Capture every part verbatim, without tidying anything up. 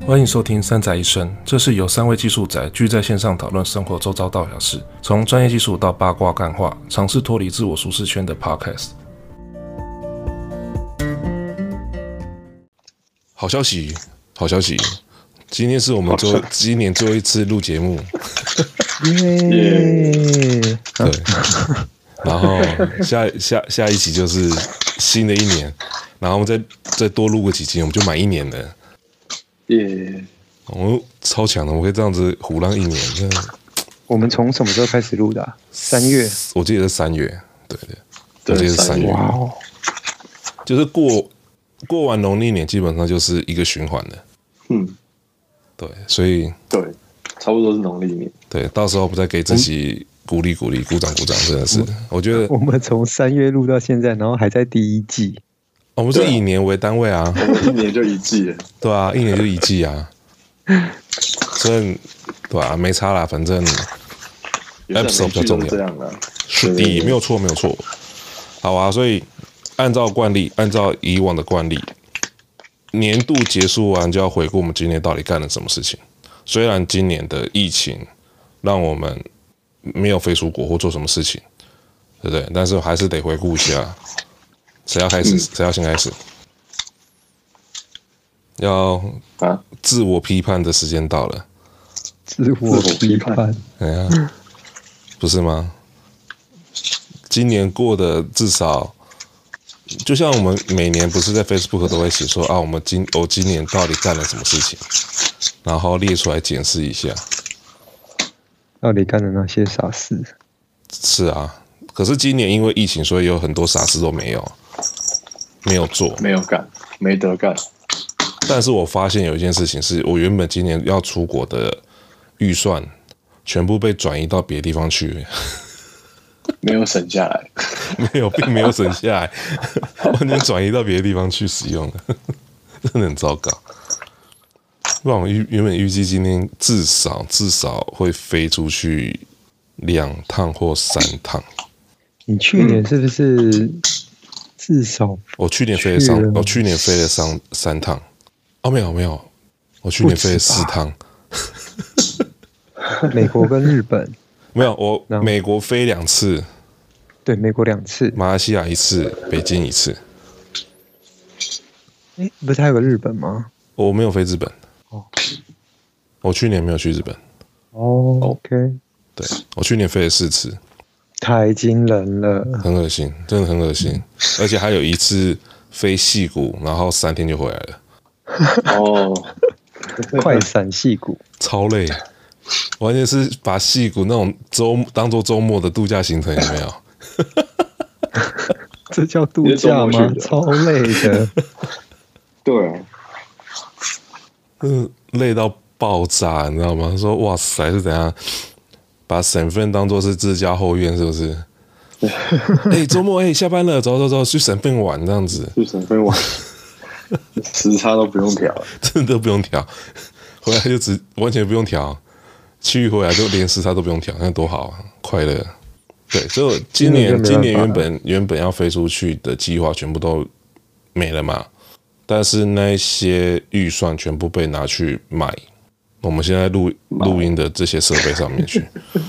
欢迎收听三宅一生，这是由三位技术宅聚在线上讨论生活周遭大小事，从专业技术到八卦干话，尝试脱离自我舒适圈的 podcast。好消息，好消息！今天是我们最今年最后一次录节目， 耶！ 对，然后下下下一期就是新的一年，然后我们再再多录个几集，我们就满一年了。 耶、yeah. 我超强的，我可以这样子胡浪一年。真的。 我们从什么时候开始录的、啊？三月， 我记得是三月，对对，我记得是三月。 哇哦， 就是过过完农历年，基本上就是一个循环的。 嗯， 对，所以对，差不多是农历年。 对，到时候我们再给自己鼓励鼓励，鼓掌鼓掌，真的是，我觉得我们从三月录到现在，然后还在第一季。 我们是以年为单位啊， 我们一年就一季了。 对啊，一年就一季啊，所以对啊，没差啦，反正 episode 比较重要。 这样啊， 是的，没有错，没有错。好啊，所以按照惯例，按照以往的惯例，年度结束完就要回顾我们今年到底干了什么事情。虽然今年的疫情让我们没有飞出国或做什么事情，对不对？但是还是得回顾一下。谁要开始？谁、嗯、要先开始？要自我批判的时间到了。 自我批判， 哎呀，不是吗？今年过的至少，就像我们每年不是在 Facebook 都会写说啊，我们今我今年到底干了什么事情，然后列出来检视一下， 到底干了哪些傻事？ 是啊，可是今年因为疫情，所以有很多傻事都没有。没有做， 没有干，没得干。 但是我发现有一件事情是，我原本今年要出国的预算全部被转移到别的地方去， 没有省下来。 没有，并没有省下来，完全转移到别的地方去使用了，真的很糟糕。不然我原本预计今天至少至少会飞出去两趟或三趟。 你去年是不是？嗯至少我去年飞了三，我去年飞了三三趟，哦没有没有，我去年飞了四趟。 美国跟日本没有，我美国飞两次， 对，美国两次， 马来西亚一次，北京一次。 哎，不是还有个日本吗？ 我没有飞日本。哦，我去年没有去日本。 哦 ，OK， 对，我去年飞了四次。 太惊人了， 很恶心，真的很恶心，而且还有一次飞矽谷，然后三天就回来了。 哦， 快闪矽谷， 超累，完全是把矽谷那种周当做周末的度假行程，有没有？ 这叫度假吗？超累的。 对啊， 嗯，累到爆炸，你知道吗？说哇塞，是怎样？把省份当作是自家后院，是不是？哎、欸，周末哎、欸，下班了，走走走，去省份玩这样子。 去省份玩，时差都不用调， 真的不用调，回来就只完全不用调，去回来就连时差都不用调，那多好啊，快乐。对，所以今年今年原本原本要飞出去的计划全部都没了嘛，但是那些预算全部被拿去买。我们现在录录音的这些设备上面去，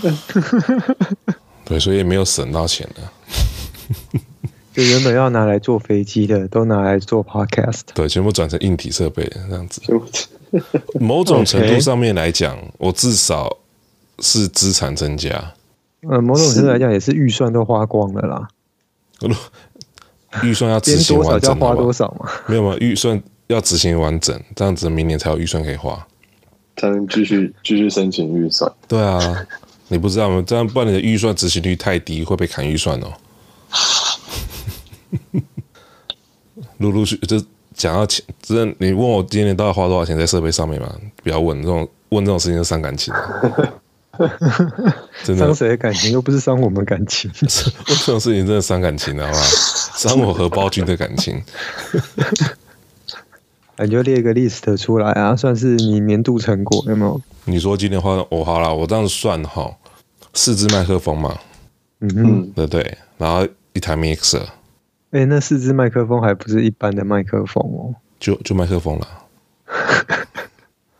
对，所以也没有省到钱的。 就原本要拿来坐飞机的，都拿来做 podcast， 对，全部转成硬体设备这样子。某种程度上面来讲，我至少是资产增加。 呃，某种程度来讲，也是预算都花光了啦。 预算要执行完整， 花多少嘛？ 没有嘛，预算要执行完整，这样子明年才有预算可以花。 才能继续继续申请预算。 对啊，你不知道吗？这样不然你的预算执行率太低，会被砍预算哦。陆陆续就讲到钱，真的，你问我今年到底花多少钱在设备上面嘛？不要问这种问这种事情就伤感情。真的伤谁的感情？又不是伤我们感情。 问这种事情真的伤感情的，好不好？伤我荷包君的感情。 你就列一个 list 出来啊，算是你年度成果，有没有？ 你说今年花我、哦、好啦，我这样算哈，四支麦克风嘛， 嗯哼， 对不对？然后一台 mixer， 哎、欸，那四支麦克风还不是一般的麦克风哦， 就就麦克风啦。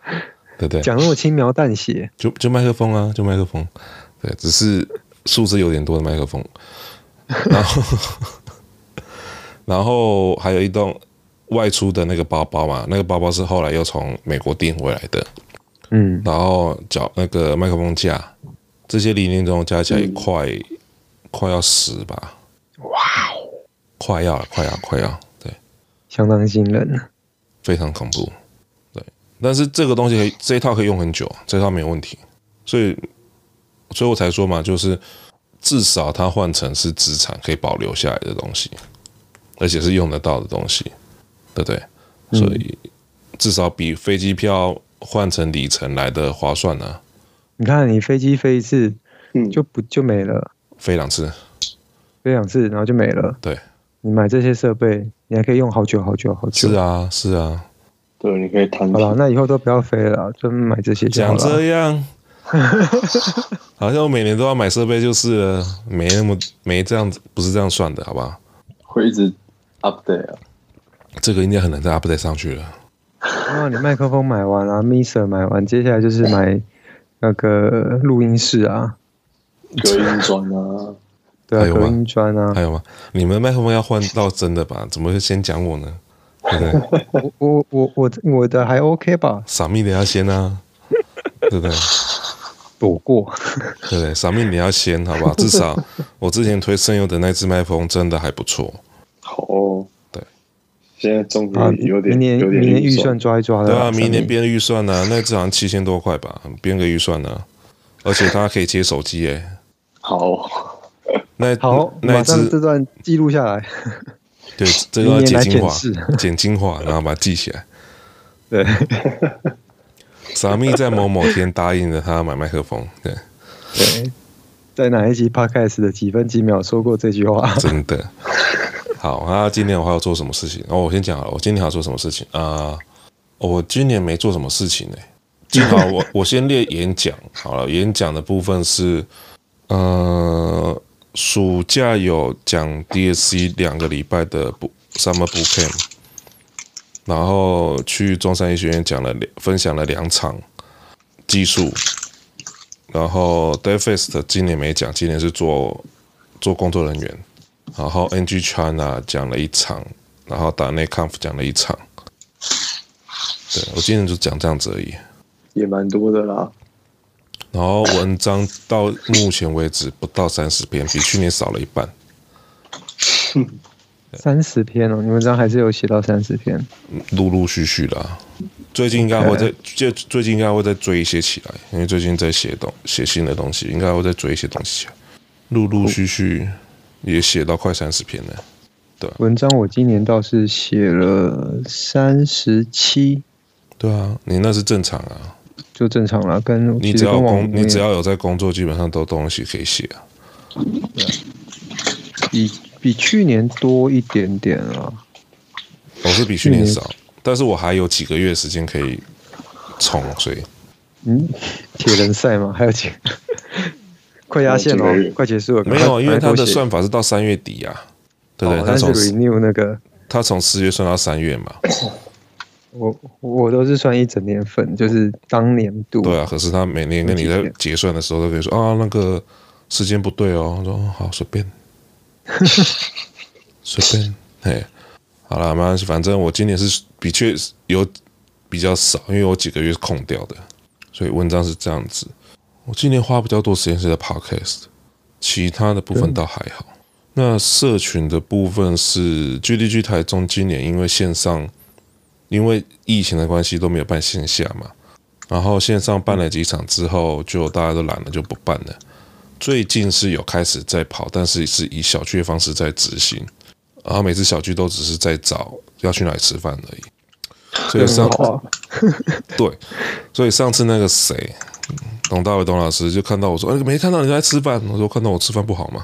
对不对？ 讲那么轻描淡写， 就就麦克风啊，就麦克风，对，只是数字有点多的麦克风，然后然后还有一栋外出的那个包包嘛，那个包包是后来又从美国订回来的， 嗯， 然后脚那个麦克风架，这些零零总总加起来快、嗯、快要十吧， 哇哦， 快要了，快要快要，对， 相当惊人， 非常恐怖，对，但是这个东西可以这一套可以用很久，这一套没有问题，所以所以我才说嘛，就是至少它换成是资产可以保留下来的东西，而且是用得到的东西，对不对？所以至少比飞机票换成里程来的划算啊！ 你看，你飞机飞一次，就不就没了， 飞两次， 飞两次，然后就没了。 对， 你买这些设备，你还可以用好久好久好久。 是啊，是啊。 对，你可以摊。 好了，那以后都不要飞了，就买这些就好了。 讲这样，好像我每年都要买设备就是了，没那么没这样子，不是这样算的，好不好？ 会一直 update 啊。 这个应该很难再 update 上去了。 啊，你麦克风买完了 ，mixer 买完，接下来就是买那个录音室啊， 隔音砖啊， 对啊，隔音砖啊， 还有吗？你们麦克风要换到真的吧？怎么会先讲我呢？对不对？ 我我我我我的还 OK 吧？ 傻蜜的要先啊，对不对？ 躲过， 对不对？傻蜜你要先，好不好？至少我之前推声优的那支麦克风真的还不错。 好、哦。现在终于有点、 啊、明年有点明年预算抓一抓的， 对啊，明年编预算呢、啊，那至少七千多块吧，编个预算呢、啊，而且它可以接手机耶。 好， 那好， 那马上这段记录下来。 对，这个要剪精华，剪精华，然后把它记起来。 对， 傻蜜在某某天答应了他买麦克风，对， 对，在哪一集 Podcast 的几分几秒说过这句话？ 真的。好，那今年我还要做什么事情？哦，我先讲好了，我今年还要做什么事情啊、呃？我今年没做什么事情呢、欸。正好我我先列演讲好了，演讲的部分是，呃，暑假有讲 D S C 两个礼拜的 Summer Boot Camp， 然后去中山医学院讲了分享了两场技术，然后 DevFest 今年没讲，今年是做做工作人员。然后 N G China 讲了一场，然后打内 Conf 讲了一场，对我今天就讲这样子而已， 也蛮多的啦。 然后文章到目前为止不到三十篇，比去年少了一半。 三十篇哦，你文章还是有写到三十篇， 陆陆续续啦。最近应该会再，就最近应该会再追一些起来，因为最近在写东写新的东西，应该会再追一些东西起来，陆陆续续。也写到快三十篇了，对、啊。 文章我今年倒是写了三十七， 对啊，你那是正常啊， 就正常啦。跟你只要工，你只要有在工作，基本上都东西可以写啊。 对啊，比比去年多一点点啊。 我是比去年少，但是我还有几个月时间可以冲，所以嗯，铁人赛嘛，还有几个。快压线哦，快结束了。 没有，因为它的算法是到三月底啊，对不对？它从 renew 那个， 它从四月算到三月嘛。 我我都是算一整年份，就是当年度。 对啊，可是他每年跟你在结算的时候都跟你说啊，那个时间不对哦。我说好，随便，随便，嘿，好了，没关系，反正我今年是的确有比较少，因为我几个月是空掉的，所以文章是这样子。我今年花比较多时间是在 Podcast， 其他的部分倒还好。那社群的部分是 G D G 台中今年因为线上，因为疫情的关系都没有办线下嘛，然后线上办了几场之后，就大家都懒了就不办了。最近是有开始在跑，但是是以小聚的方式在执行，然后每次小聚都只是在找要去哪里吃饭而已。所以上对，所以上次那个谁。董大伟董老师就看到我说：“哎，没看到你在吃饭。”我说：“看到我吃饭不好吗？”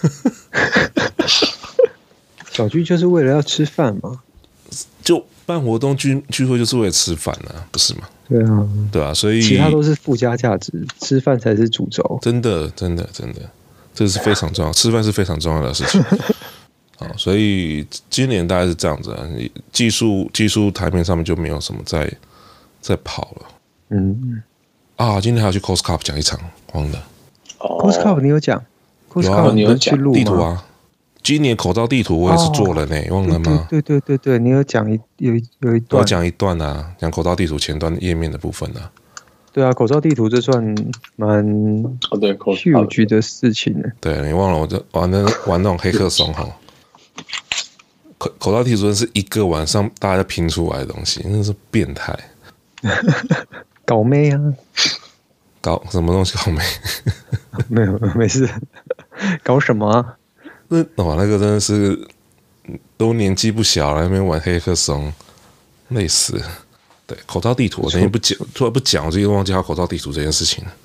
小聚就是为了要吃饭嘛， 就办活动聚聚会就是为了吃饭啊，不是吗？ 对啊， 对啊，所以其他都是附加价值，吃饭才是主轴。 真的，真的，真的，这是非常重要，吃饭是非常重要的事情。好，所以今年大概是这样子啊，技术技术台面上面就没有什么在在跑了。 嗯啊，今天还要去 Coast Cup 讲一场，忘了。 哦 ，Coast Cup 你有讲？Coast 有啊 Cup 你有讲去录吗？ 地图啊，今年口罩地图我也是做了呢，忘了吗？ 对对对对对，你有讲一有一有一段我讲一段啊，讲口罩地图前端页面的部分啊。 对啊，口罩地图这算蛮哦对 Coast Cup huge 的事情呢。 对你忘了，我这玩那玩那种黑客松哈，口口罩地图真是一个晚上大家拼出来的东西，真是变态。 搞妹啊？ 搞什么东西搞没？ 没有没事，搞什么啊？ 那哇，那个真的是都年纪不小了，那边玩黑客松，累死了。对，口罩地图，我等下不讲，突然不讲，我就忘记他口罩地图这件事情了。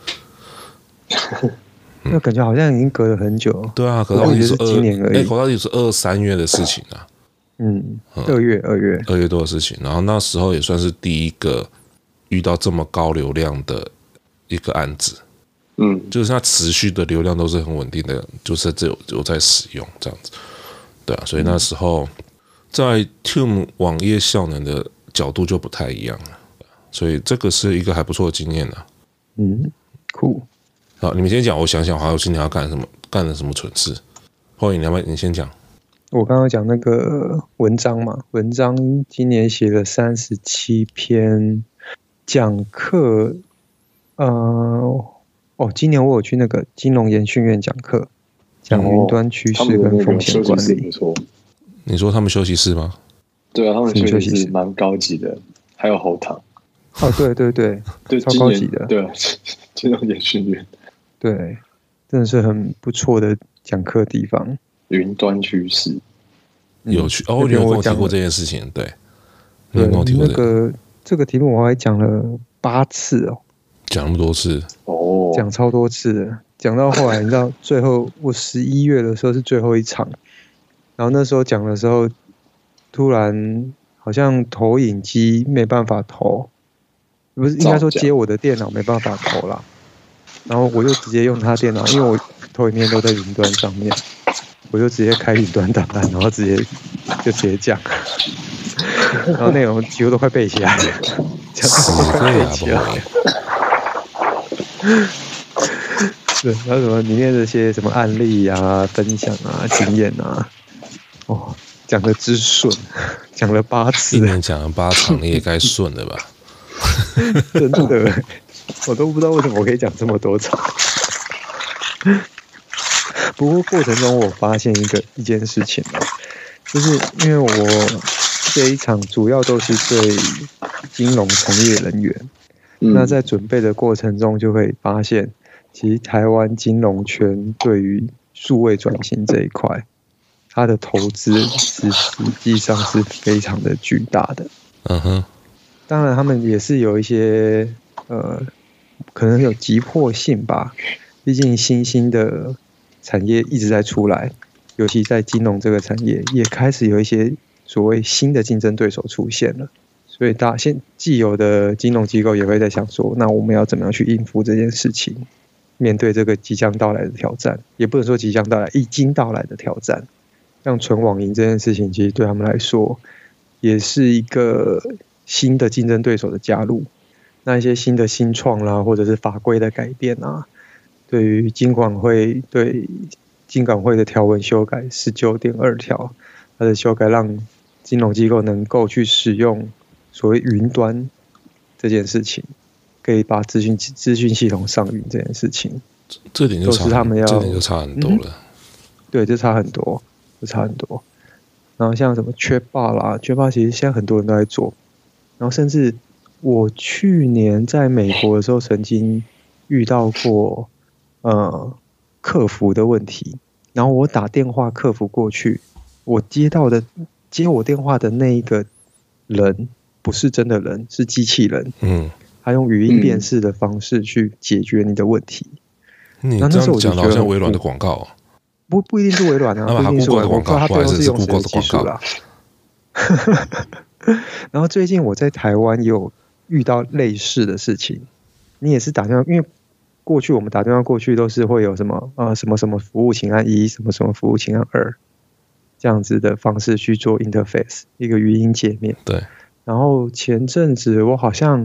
那感觉好像已经隔了很久。 对啊，口罩地图是我以为是今年而已二，哎，口罩地图是二三月的事情啊， 嗯，二月二月， 二月多的事情。然后那时候也算是第一个遇到这么高流量的一个案子， 嗯， 就是它持续的流量都是很稳定的，就是只有有在使用这样子。对啊，所以那时候在 Tune 网页效能的角度就不太一样了，所以这个是一个还不错的经验啊。 嗯，酷。 好，你们先讲，我想想，还有今年要干什么，干了什么蠢事。后影，你要不要你先讲？ 我刚刚讲那个文章嘛，文章今年写了三十七篇讲课，呃，哦，今年我有去那个金融研训院讲课，讲云端趋势跟风险管理。 不错。 你说他们休息室吗？ 对啊，他们休息室蛮高级的，还有后堂。 哦，对对对， 对， 超高级的。 对啊，金融研训院。 对，真的是很不错的讲课地方。 云端趋势有趣哦，你有跟我提过这件事情，对，你有对， 跟我提过那个这个题目我还讲了八次哦， 讲那么多次哦， 讲超多次的，讲到后来你知道，最后我十一月的时候是最后一场，然后那时候讲的时候，突然好像投影机没办法投，不是应该说接我的电脑没办法投啦。然后我就直接用他电脑，因为我投影片都在云端上面，我就直接开云端档案，然后直接就直接讲，然后内容几乎都快背起来了，讲到快背起来了。对，然后什么里面这些什么案例啊、分享啊、经验啊，哦，讲的之顺，讲了八次， 一年讲了八场，你也该顺了吧？ 真的。我都不知道为什么我可以讲这么多场。不过过程中我发现一个一件事情，就是因为我这一场主要都是对金融从业人员，嗯、那在准备的过程中就会发现，其实台湾金融圈对于数位转型这一块，它的投资是实际上是非常的巨大的。 嗯哼， 当然他们也是有一些。呃，可能有急迫性吧，毕竟新兴的产业一直在出来，尤其在金融这个产业，也开始有一些所谓新的竞争对手出现了，所以大现既有的金融机构也会在想说，那我们要怎么样去应付这件事情，面对这个即将到来的挑战，也不能说即将到来，已经到来的挑战，像纯网银这件事情，其实对他们来说，也是一个新的竞争对手的加入。那一些新的新创啦，或者是法规的改变啊，对于金管会对金管会的条文修改十九点二条，它的修改让金融机构能够去使用所谓云端这件事情，可以把资讯资讯系统上云这件事情， 这点就差， 都是他们要， 这点就差很多了。嗯、 对，这差很多，这差很多。然后像什么缺霸啦，缺霸其实现在很多人都在做，然后甚至。我去年在美国的时候，曾经遇到过呃客服的问题，然后我打电话客服过去，我接到的接我电话的那一个人不是真的人，是机器人，嗯，他用语音辨识的方式去解决你的问题。 你这样讲的好像微软的广告、哦， 不不一定是微软啊，不一定是微软，我不知道他背后是用什么技术啦。然后最近我在台湾有。遇到类似的事情，你也是打电话，因为过去我们打电话过去都是会有什么呃什么什么服务请按一，什么什么服务请按二，这样子的方式去做 interface 一个语音界面。 对。 然后前阵子我好像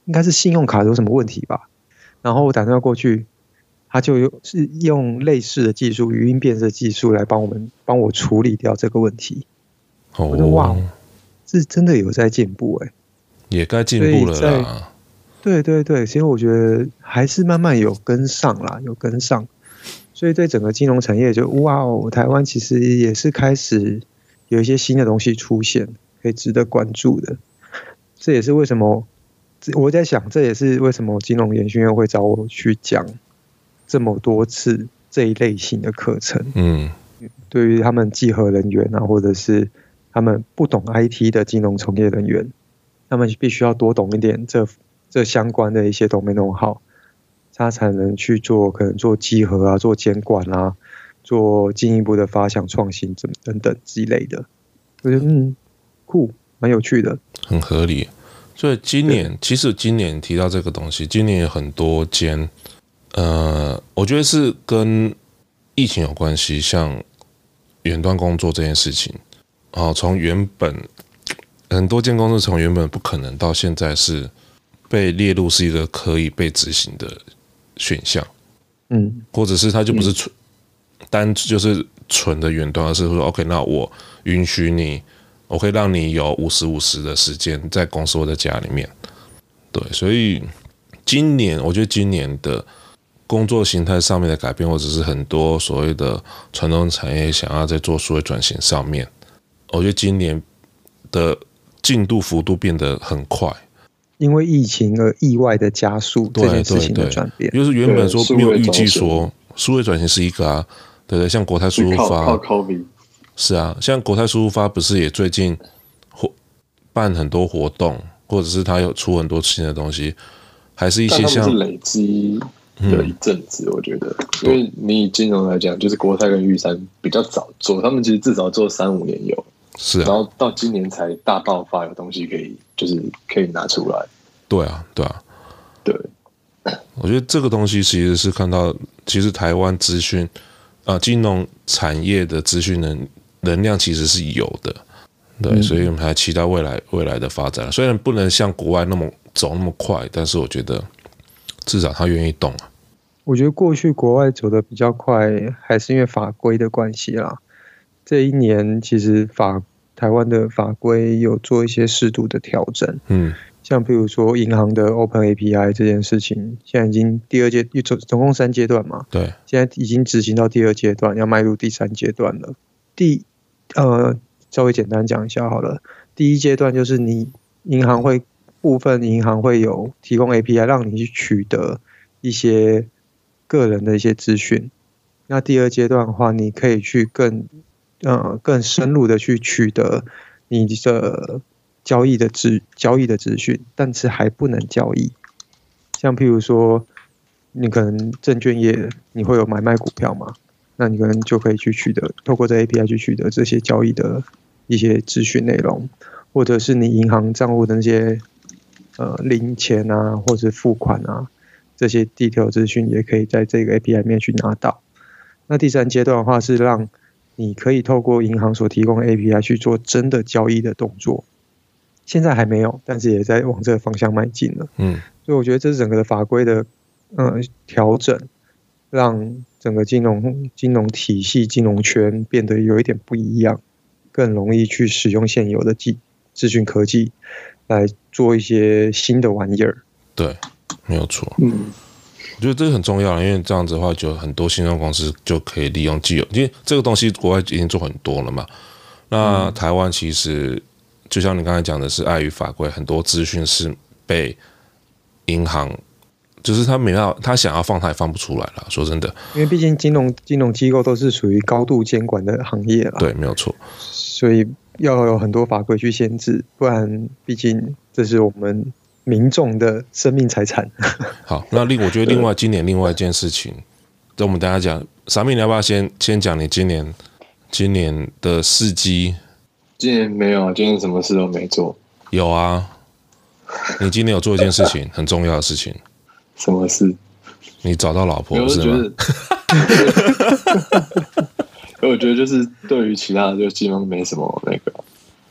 应该是信用卡有什么问题吧，然后我打电话过去，他就有是用类似的技术，语音辨识技术来帮我们帮我处理掉这个问题。 哦、 我就哇，是真的有在进步哎、欸， 也该进步了啦。 对对对，其实我觉得还是慢慢有跟上啦，有跟上。所以对整个金融产业就哇哦，台湾其实也是开始有一些新的东西出现，可以值得关注的。这也是为什么我在想，这也是为什么金融研训院会找我去讲这么多次这一类型的课程。嗯，对于他们稽核人员啊，或者是他们不懂 I T 的金融从业人员，他们必须要多懂一点这这相关的一些domain know-how，他才能去做可能做稽核啊，做监管啊，做进一步的发想创新等等之类的。我觉得嗯酷，蛮有趣的， 很合理。所以今年其实今年提到这个东西，今年有很多间，呃，我觉得是跟疫情有关系，像远端工作这件事情，哦，从原本很多间公司从原本不可能到现在是被列入是一个可以被执行的选项，嗯，或者是它就不是纯、嗯、单就是纯的远端，而是说 OK， 那我允许你，我可以让你有五十五十的时间在公司或在家里面，对，所以今年我觉得今年的工作形态上面的改变，或者是很多所谓的传统产业想要在做数位转型上面，我觉得今年的进度幅度变得很快。 因为疫情而意外的加速这件事情的转变， 就是原本说没有预计说数位转型是一个啊，对不对？像国泰输入发， 靠 COVID， 是啊，像国泰输入发不是也最近办很多活动，或者是他有出很多新的东西，还是一些像但他们是累积的一阵子，我觉得，因为你以金融来讲，就是国泰跟玉山比较早做，他们其实至少做三五年有。 是啊， 然后到今年才大爆发，有东西可以就是可以拿出来。 对啊，对啊， 对。 我觉得这个东西其实是看到，其实台湾资讯啊、呃，金融产业的资讯能能量其实是有的，对，嗯、所以我们还期待未来未来的发展。虽然不能像国外那么走那么快，但是我觉得至少他愿意动啊。 我觉得过去国外走的比较快，还是因为法规的关系啦。这一年其实法台湾的法规有做一些适度的调整，嗯，像比如说银行的 Open A P I 这件事情，现在已经第二阶，总总共三阶段嘛， 对， 现在已经执行到第二阶段，要迈入第三阶段了。第呃，稍微简单讲一下好了，第一阶段就是你银行会部分银行会有提供 A P I 让你去取得一些个人的一些资讯，那第二阶段的话，你可以去更呃，更深入的去取得你的交易的资交易的资讯，但是还不能交易。像譬如说，你可能证券业你会有买卖股票嘛，那你可能就可以去取得，透过这 A P I 去取得这些交易的一些资讯内容，或者是你银行账户的那些呃零钱啊，或者付款啊这些 detail 资讯，也可以在这个 A P I 里面去拿到。那第三阶段的话是让你可以透过银行所提供的 A P I 去做真的交易的动作，现在还没有，但是也在往这个方向迈进了。嗯，所以我觉得这是整个的法规的呃调整，让整个金融金融体系、金融圈变得有一点不一样，更容易去使用现有的技资讯科技来做一些新的玩意儿。 对，没有错。嗯。我觉得这个很重要，因为这样子的话，就很多新创公司就可以利用既有，因为这个东西国外已经做很多了嘛。那台湾其实就像你刚才讲的是，碍于法规，很多资讯是被银行，就是他没办法，他想要放他也放不出来了。说真的， 因为毕竟金融金融机构都是属于高度监管的行业啦， 对，没有错。 所以要有很多法规去限制，不然毕竟这是我们民众的生命财产。 好，那另我觉得另外今年另外一件事情，等我们大家讲，傻咪你要不要先先讲你今年今年的事迹？ 今年没有啊，今年什么事都没做。 有啊，你今年有做一件事情，很重要的事情。 什么事？ 你找到老婆是吗？ 我觉得就是对于其他的就基本上没什么那个。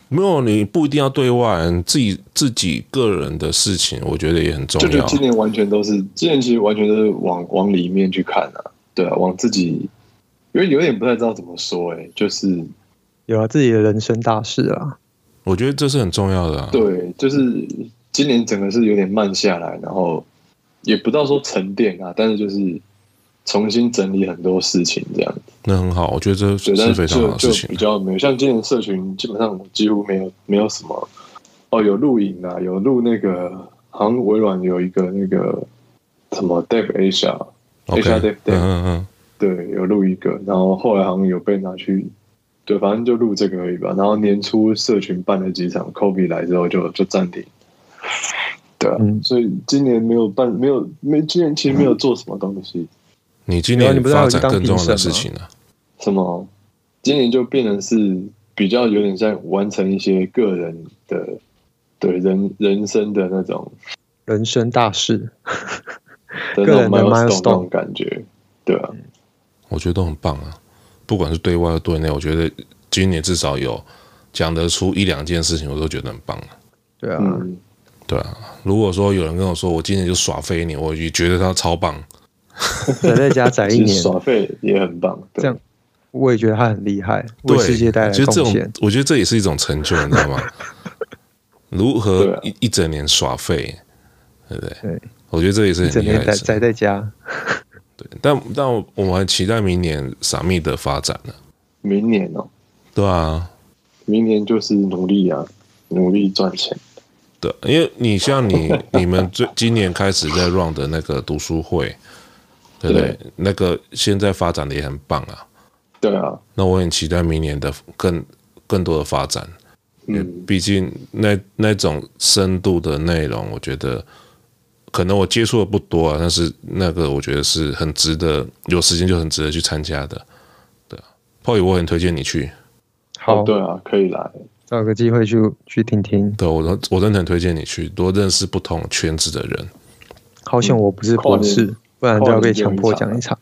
没有，你不一定要对外，自己自己个人的事情，我觉得也很重要。 就就今年完全都是，今年其实完全都是往往里面去看啊，对啊，往自己，因为有点不太知道怎么说、欸，哎，就是有了自己的人生大事啊。 我觉得这是很重要的、啊。 对，就是今年整个是有点慢下来，然后也不到说沉淀啊，但是就是重新整理很多事情这样子。 那很好，我觉得这是非常好的事情、啊。 就比较没有像今年社群，基本上我几乎没有没有什么哦，有录影啊，有录那个好像微软有一个那个什么 Dev Asia Asia Dev Dev， 嗯嗯， 对，有录一个，然后后来好像有被拿去。对，反正就录这个而已吧。然后年初社群办了几场 ，Kobe 来之后就就暂停。对啊、嗯，所以今年没有办，没有没，今年其实没有做什么东西。 你今年发展更重要的事情呢、啊？ 什么？今年就变成是比较有点像完成一些个人的，对人人生的那种人生大事， 个人的 milestone 那种感觉。对啊， 我觉得都很棒啊。不管是对外或对内，我觉得今年至少有讲得出一两件事情，我都觉得很棒了。 对啊， 嗯、 对啊。如果说有人跟我说我今年就耍废一年，我也觉得他超棒。 宅在家宅一年， 耍废也很棒。 这样我也觉得他很厉害，为世界带来贡献。 我觉得这也是一种成就，你知道吗？如何一、啊、一整年耍废，对不对？对，我觉得这也是很厉害的。 宅在家。 对，但但我们还期待明年傻密的发展呢。 明年哦， 对啊， 明年就是努力啊，努力赚钱。 对，因为你像你你们最今年开始在 run 的那个读书会，对不对？对，那个现在发展的也很棒啊。 对啊， 那我很期待明年的更更多的发展。嗯，毕竟那那种深度的内容，我觉得。可能我接触的不多啊，但是那个我觉得是很值得，有时间就很值得去参加的。对啊 ，Paul， 我很推荐你去。 好， 对啊，可以来， 找个机会去去听听。 对，我我真的很推荐你去，多认识不同圈子的人。 好险我不是博士，嗯、不然就要被强迫讲一场。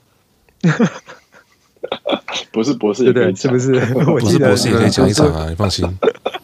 不是博士也可以对对，是不是？ 不是博士也可以讲一场啊，你放心。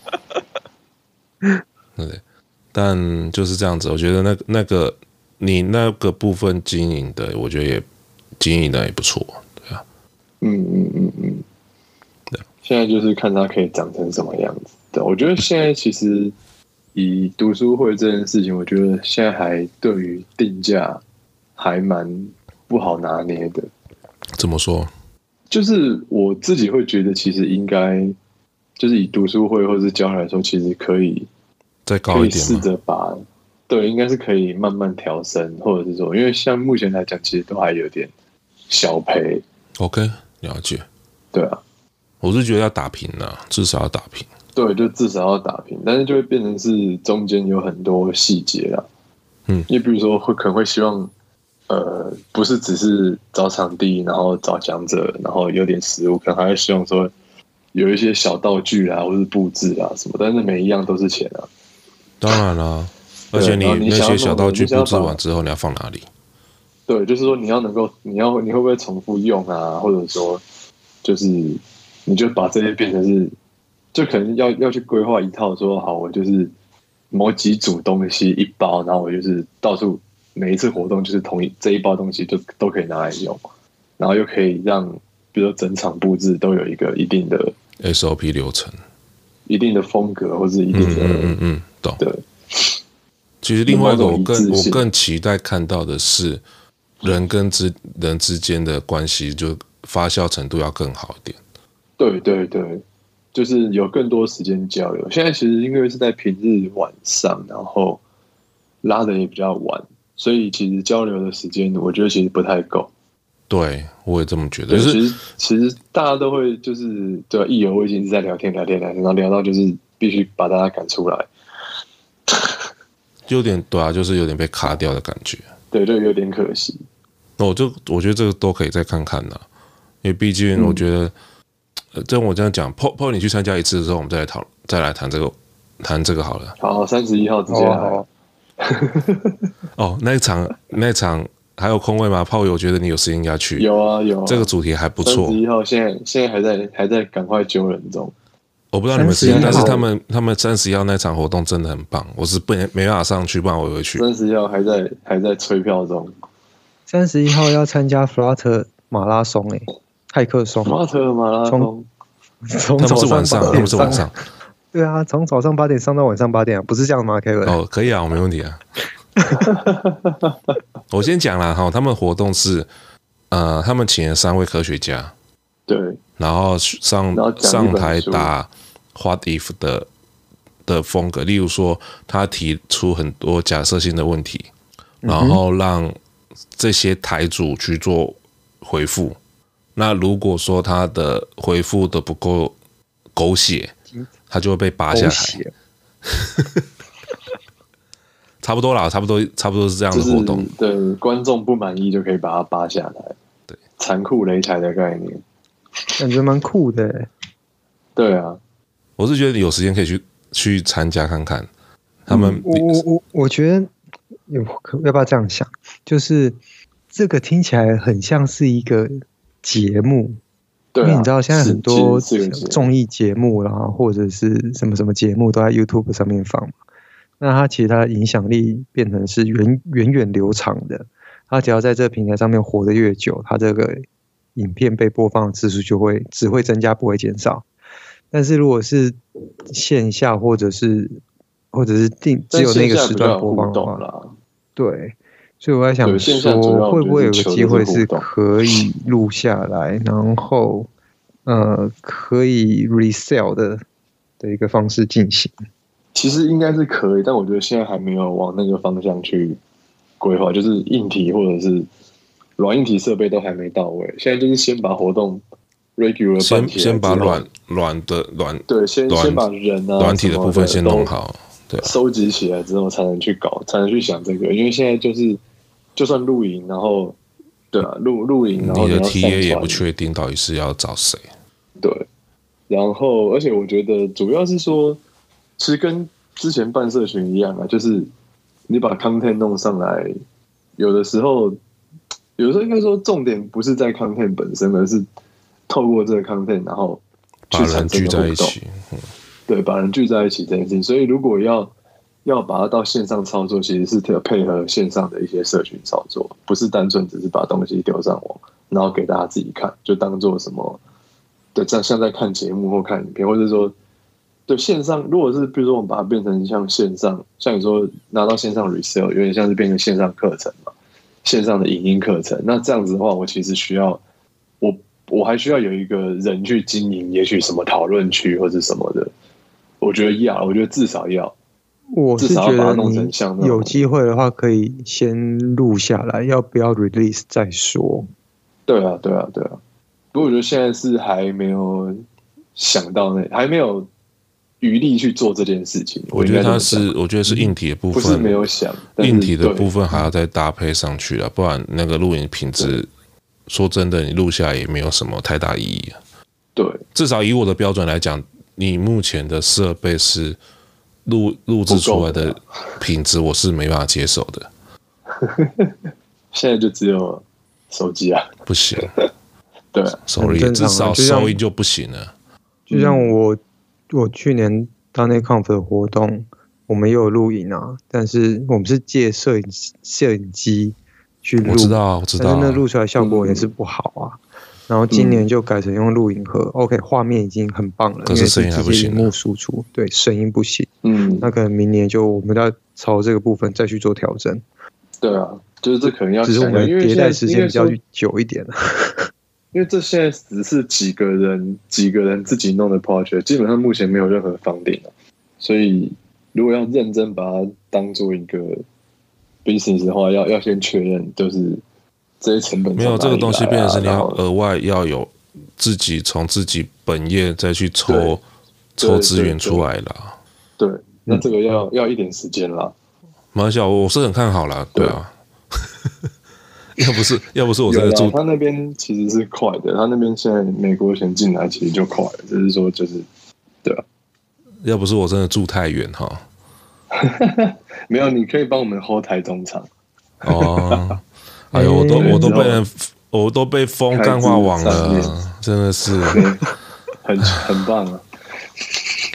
对。但就是这样子，我觉得那个那个你那个部分经营的，我觉得也经营的也不错，对啊， 嗯嗯嗯嗯，对，现在就是看它可以长成什么样子。对，我觉得现在其实以读书会这件事情，我觉得现在还对于定价还蛮不好拿捏的。 怎么说？ 就是我自己会觉得，其实应该就是以读书会或是教来说，其实可以。 再高一点， 可以试着把，对，应该是可以慢慢调升，或者是说，因为像目前来讲，其实都还有点小赔。 OK， 了解。 对啊， 我是觉得要打平啊，至少要打平。 对，就至少要打平，但是就会变成是中间有很多细节啦。 嗯， 因为比如说会可能会希望，呃，不是只是找场地，然后找讲者，然后有点食物，可能还会希望说有一些小道具啊，或是布置啊什么，但是每一样都是钱啊。 当然啦，而且你那些小道具布置完之后，你要放哪里？ 对，就是说你要能够，你要你会不会重复用啊？或者说，就是你就把这些变成是，就可能要要去规划一套说好，我就是某几组东西一包，然后我就是到处每一次活动就是同一这一包东西就都可以拿来用，然后又可以让比如说整场布置都有一个一定的 S O P 流程。 一定的风格，或是一定的， 嗯嗯嗯，懂。 对， 其实另外一个我更我更期待看到的是，人跟之人之间的关系就发酵程度要更好一点。 对对对，就是有更多时间交流。现在其实因为是在平日晚上，然后拉的也比较晚，所以其实交流的时间，我觉得其实不太够。 对，我也这么觉得。 就是其实其实大家都会就是对意犹未尽，一直在聊天聊天聊天，然后聊到就是必须把大家赶出来， 有点对啊，就是有点被卡掉的感觉。 对，就有点可惜。 那我就我觉得这个都可以再看看的，因为毕竟我觉得，嗯呃、这我这样讲 ，Paul Paul 你去参加一次之后，我们再来讨再来谈这个谈这个好了。 好，三十一号直接来。 哦，那一场那一场。还有空位吗？炮友，我觉得你有时间应该去。 有啊有啊， 这个主题还不错。 三十一号现在现在还在还在赶快揪人中。 我不知道你们时间，但是他们他们三十一号那场活动真的很棒，我是不没办法上去，不然我会去。 三十一号还在还在催票中。 三十一号要参加 Flutter 马拉松诶、欸，骇客松。 Flutter 马拉松， 从他们是晚上，他们是晚上。 对啊，从早上八点上到晚上八点啊，不是这样吗 ？Kevin？ 哦，可以啊，我没问题啊。我先讲啦哈，他们活动是呃，他们请了三位科学家， 对， 然后上然后上台打 What if 的的风格，例如说他提出很多假设性的问题，然后让这些台主去做回复。那如果说他的回复的不够狗血，他就会被拔下来。差不多啦，差不多，差不多是这样的活动。 就是、对，观众不满意就可以把它拔下来。 对， 残酷擂台的概念， 感觉蛮酷的、欸。 对啊， 我是觉得有时间可以去去参加看看。他们， 嗯、我我我我觉得有要不要这样想？就是这个听起来很像是一个节目。 对、啊， 因为你知道现在很多综艺节目啦，或者是什么什么节目都在 YouTube 上面放嘛。那它其实它的影响力变成是源源远流长的。它只要在这个平台上面活得越久，它这个影片被播放的次数就会只会增加，不会减少。但是如果是线下或者是或者是定只有那个时段播放的话，对。所以我在想说，会不会有个机会是可以录下来，然后呃可以 resell 的的一个方式进行？ 其实应该是可以，但我觉得现在还没有往那个方向去规划，就是硬体或者是软硬体设备都还没到位。现在就是先把活动 regular 先先把软软的软对，先先把人啊软体的部分先弄好，对、啊， 收集起来之后才能去搞，才能去想这个。因为现在就是就算露营，然后对啊，露露营，然后你的 T A 也不确定到底是要找谁。 对，然后而且我觉得主要是说，其实跟之前办社群一样啊，就是你把 content 弄上来，有的时候，有的时候应该说重点不是在 content 本身，而是透过这个 content， 然后去把人聚在一起， 嗯、对，把人聚在一起这件事情。所以如果要要把它到线上操作，其实是配合线上的一些社群操作，不是单纯只是把东西丢上网，然后给大家自己看，就当做什么，对，像在看节目或看影片，或者说。对线上，如果是比如说我们把它变成像线上，像你说拿到线上 resell， 有点像是变成线上课程嘛，线上的影音课程。那这样子的话，我其实需要我我还需要有一个人去经营，也许什么讨论区或者什么的，我觉得要，我觉得至少要。 我是觉得你有机会的话，可以先录下来，要不要 release 再说。 对啊，对啊，对啊。不过我觉得现在是还没有想到那，还没有。余力去做这件事情， 我觉得它是，我觉得是硬体的部分， 不是没有想， 硬体的部分还要再搭配上去了，不然那个录影品质，说真的，你录下来也没有什么太大意义。 对， 至少以我的标准来讲，你目前的设备是录录制出来的品质，我是没办法接受的。 现在就只有手机啊， 不行。 对 ，sorry， 至少收音就不行了。 就像我。我去年当内 conf 的活动，我们也有录影啊，但是我们是借摄影摄影机去录， 我知道，我知道， 但是那录出来效果也是不好啊。嗯、然后今年就改成用录影盒、嗯、，OK， 画面已经很棒了， 可是声音还不行， 荧幕输出，对，声音不行。 嗯， 那可能明年就我们要朝这个部分再去做调整。 对啊，就是这可能要， 只是我们迭代时间比较久一点。 因为这现在只是几个人几个人自己弄的 project， 基本上目前没有任何房顶了，所以如果要认真把它当做一个 business 的话，要要先确认，就是这些成本没有这个东西，变成是你要额外要有自己从自己本业再去抽抽资源出来啦。 对，那这个要、嗯、要一点时间啦。 蛮小，我是很看好啦，对啊。要不是要不是我真的住， 他那边其实是快的，他那边现在美国钱进来其实就快了，只是说就是对啊。 要不是我真的住太远哈， 没有，你可以帮我们 hold 台中场。 哦，哎呦，我都我都被人我都被封干话网了，真的是很很棒啊。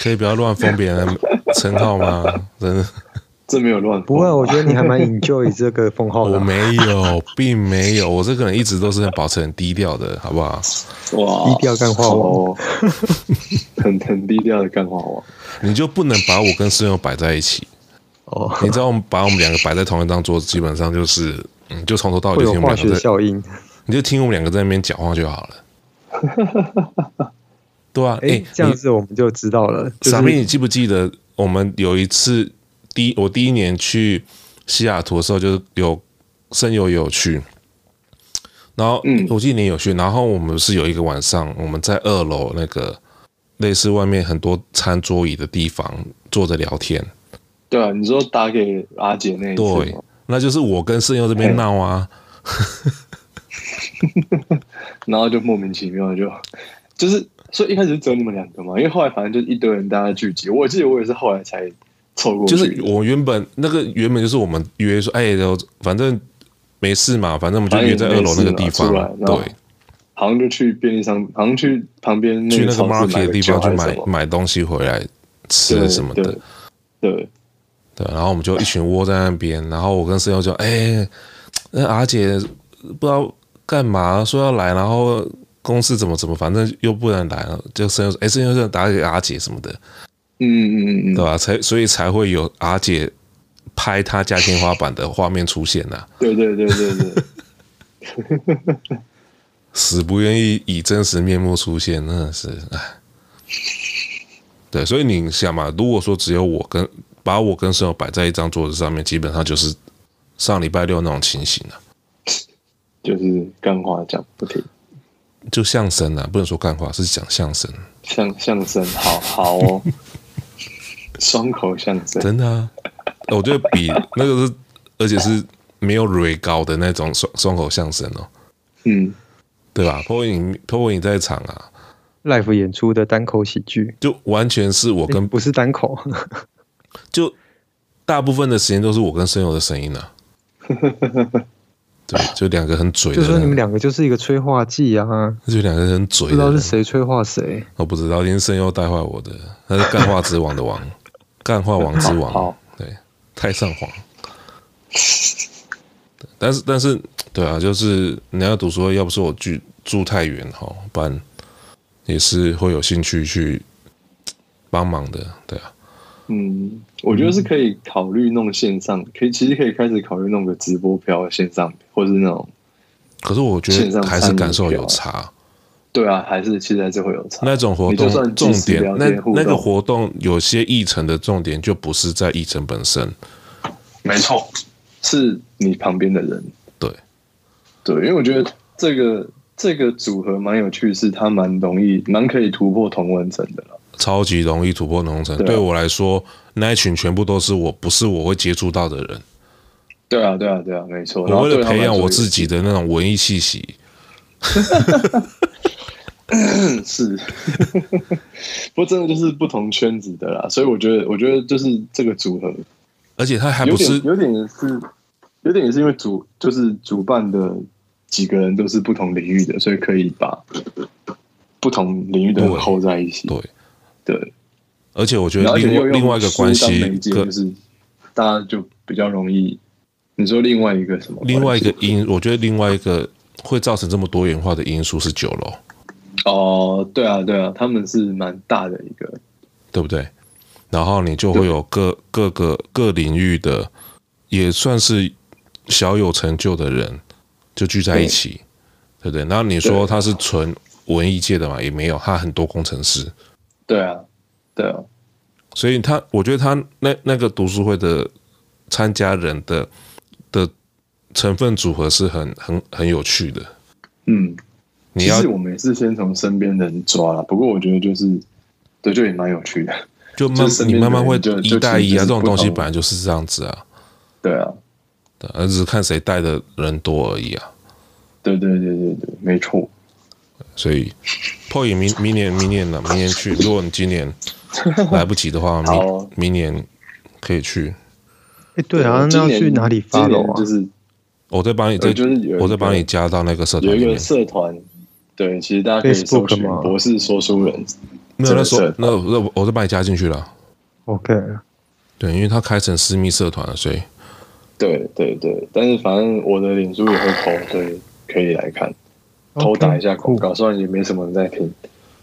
可以不要乱封别人的称号吗？真的。 这没有乱封。 不会，我觉得你还蛮 enjoy 这个封号的。 我没有，并没有，我这个人一直都是保持很低调的，好不好？ 哇， 低调干话王， 哦、很很低调的干话王。 你就不能把我跟室友摆在一起哦？你知道，我们把我们两个摆在同一张桌子，基本上就是，嗯，就从头到尾就听我们两个在效应， 你就听我们两个在那边讲话就好了。对啊，哎、欸， 这样子我们就知道了。就是、 傻逼，你记不记得我们有一次？第一，我第一年去西雅图的时候，就是有声友也有去，然后我记得你有去，然后我们是有一个晚上，我们在二楼那个类似外面很多餐桌椅的地方坐着聊天。 对啊，你说打给阿姐那一次， 对，那就是我跟声友这边闹啊， 然后就莫名其妙就就是，所以一开始只有你们两个嘛，因为后来反正就一堆人大家聚集，我记得我也是后来才。凑过去就是我原本那个原本就是我们约说，哎，反正没事嘛，反正我们就约在二楼那个地方，对， 好像就去便利商，好像去旁边去那个 market 的地方去买买东西回来吃什么的， 对 对, 对, 对，然后我们就一群窝在那边，然后我跟室友就，哎，那阿姐不知道干嘛说要来，然后公司怎么怎么，反正又不能来了，就室友说，哎，室友就打给阿姐什么的。 嗯嗯嗯， 对吧、啊？才所以才会有阿姐拍她家天花板的画面出现呐、啊。 对对对对对，死不愿意以真实面目出现，真的是哎。对，所以你想嘛，如果说只有我跟把我跟室友摆在一张桌子上面，基本上就是上礼拜六那种情形啊。 就是干话讲不停， 就相声啊，不能说干话，是讲相声。 相相声，好好哦。双口相声， 真的啊！我觉得比那个是，而且是没有蕊高的那种双双口相声哦。 嗯， 对吧 ？Po 影 Po 影在场啊 ，live 演出的单口喜剧， 就完全是我跟不是单口， 就大部分的时间都是我跟声友的声音啊。对，就两个很嘴的， 就说你们两个就是一个催化剂啊， 就两个很嘴的， 不知道是谁催化谁， 我不知道，一定是声优带坏我的，他是干话之王的王。干话王之王，对，太上皇。但是，但是，对啊，就是你要读书，要不是我住住太远哈，不然也是会有兴趣去帮忙的，对啊。 嗯，我觉得是可以考虑弄线上，可以其实可以开始考虑弄个直播票线上，或是那种。 可是我觉得还是感受有差。 对啊，还是其实还是会有差。 那种活动重点，那那个活动有些议程的重点就不是在议程本身， 没错，是你旁边的人。 对， 对，因为我觉得这个这个组合蛮有趣，是它蛮容易，蛮可以突破同温层的了。 超级容易突破同温层，对, 啊、对我来说，那一群全部都是我不是我会接触到的人。 对啊，对啊，对啊，没错。 我为了培养我自己的那种文艺气息。 是，不过真的就是不同圈子的啦，所以我觉得，我觉得就是这个组合， 而且他还不是有点是，有点也是因为主就是主办的几个人都是不同领域的，所以可以把不同领域的人扣在一起。 对， 对， 而且我觉得另外另外一个关系， 就是大家就比较容易。你说另外一个什么？ 另外一个因，我觉得另外一个会造成这么多元化的因素是酒楼。 哦，对啊，对啊，他们是蛮大的一个， 对不对？然后你就会有各各个各领域的，也算是小有成就的人，就聚在一起，对不对？然后你说他是纯文艺界的嘛，也没有，他很多工程师。 对啊，对啊， 所以他，我觉得他那那个读书会的参加人的的成分组合是很很很有趣的， 嗯。其实我们也是先从身边的人抓了，不过我觉得就是，对，就也蛮有趣的。 就慢，你慢慢会一带一啊，这种东西本来就是这样子啊。 对啊， 对，而只是看谁带的人多而已啊。 对对对对对，没错。 所以 ，Po 影明明年明年呢，明年去。如果你今年来不及的话，明明年可以去。 哎，对啊，那要去哪里发楼啊？ 就是我再帮你，再我再帮你加到那个社团里面。 有一个社团。对，其实大家可以搜寻博士说书人， 没有那时候那那我就把你加进去了。 OK， 对，因为他开成私密社团了，所以对对对，但是反正我的脸书也会 po， 所以可以来看，偷打一下广告，虽然也没什么人在听。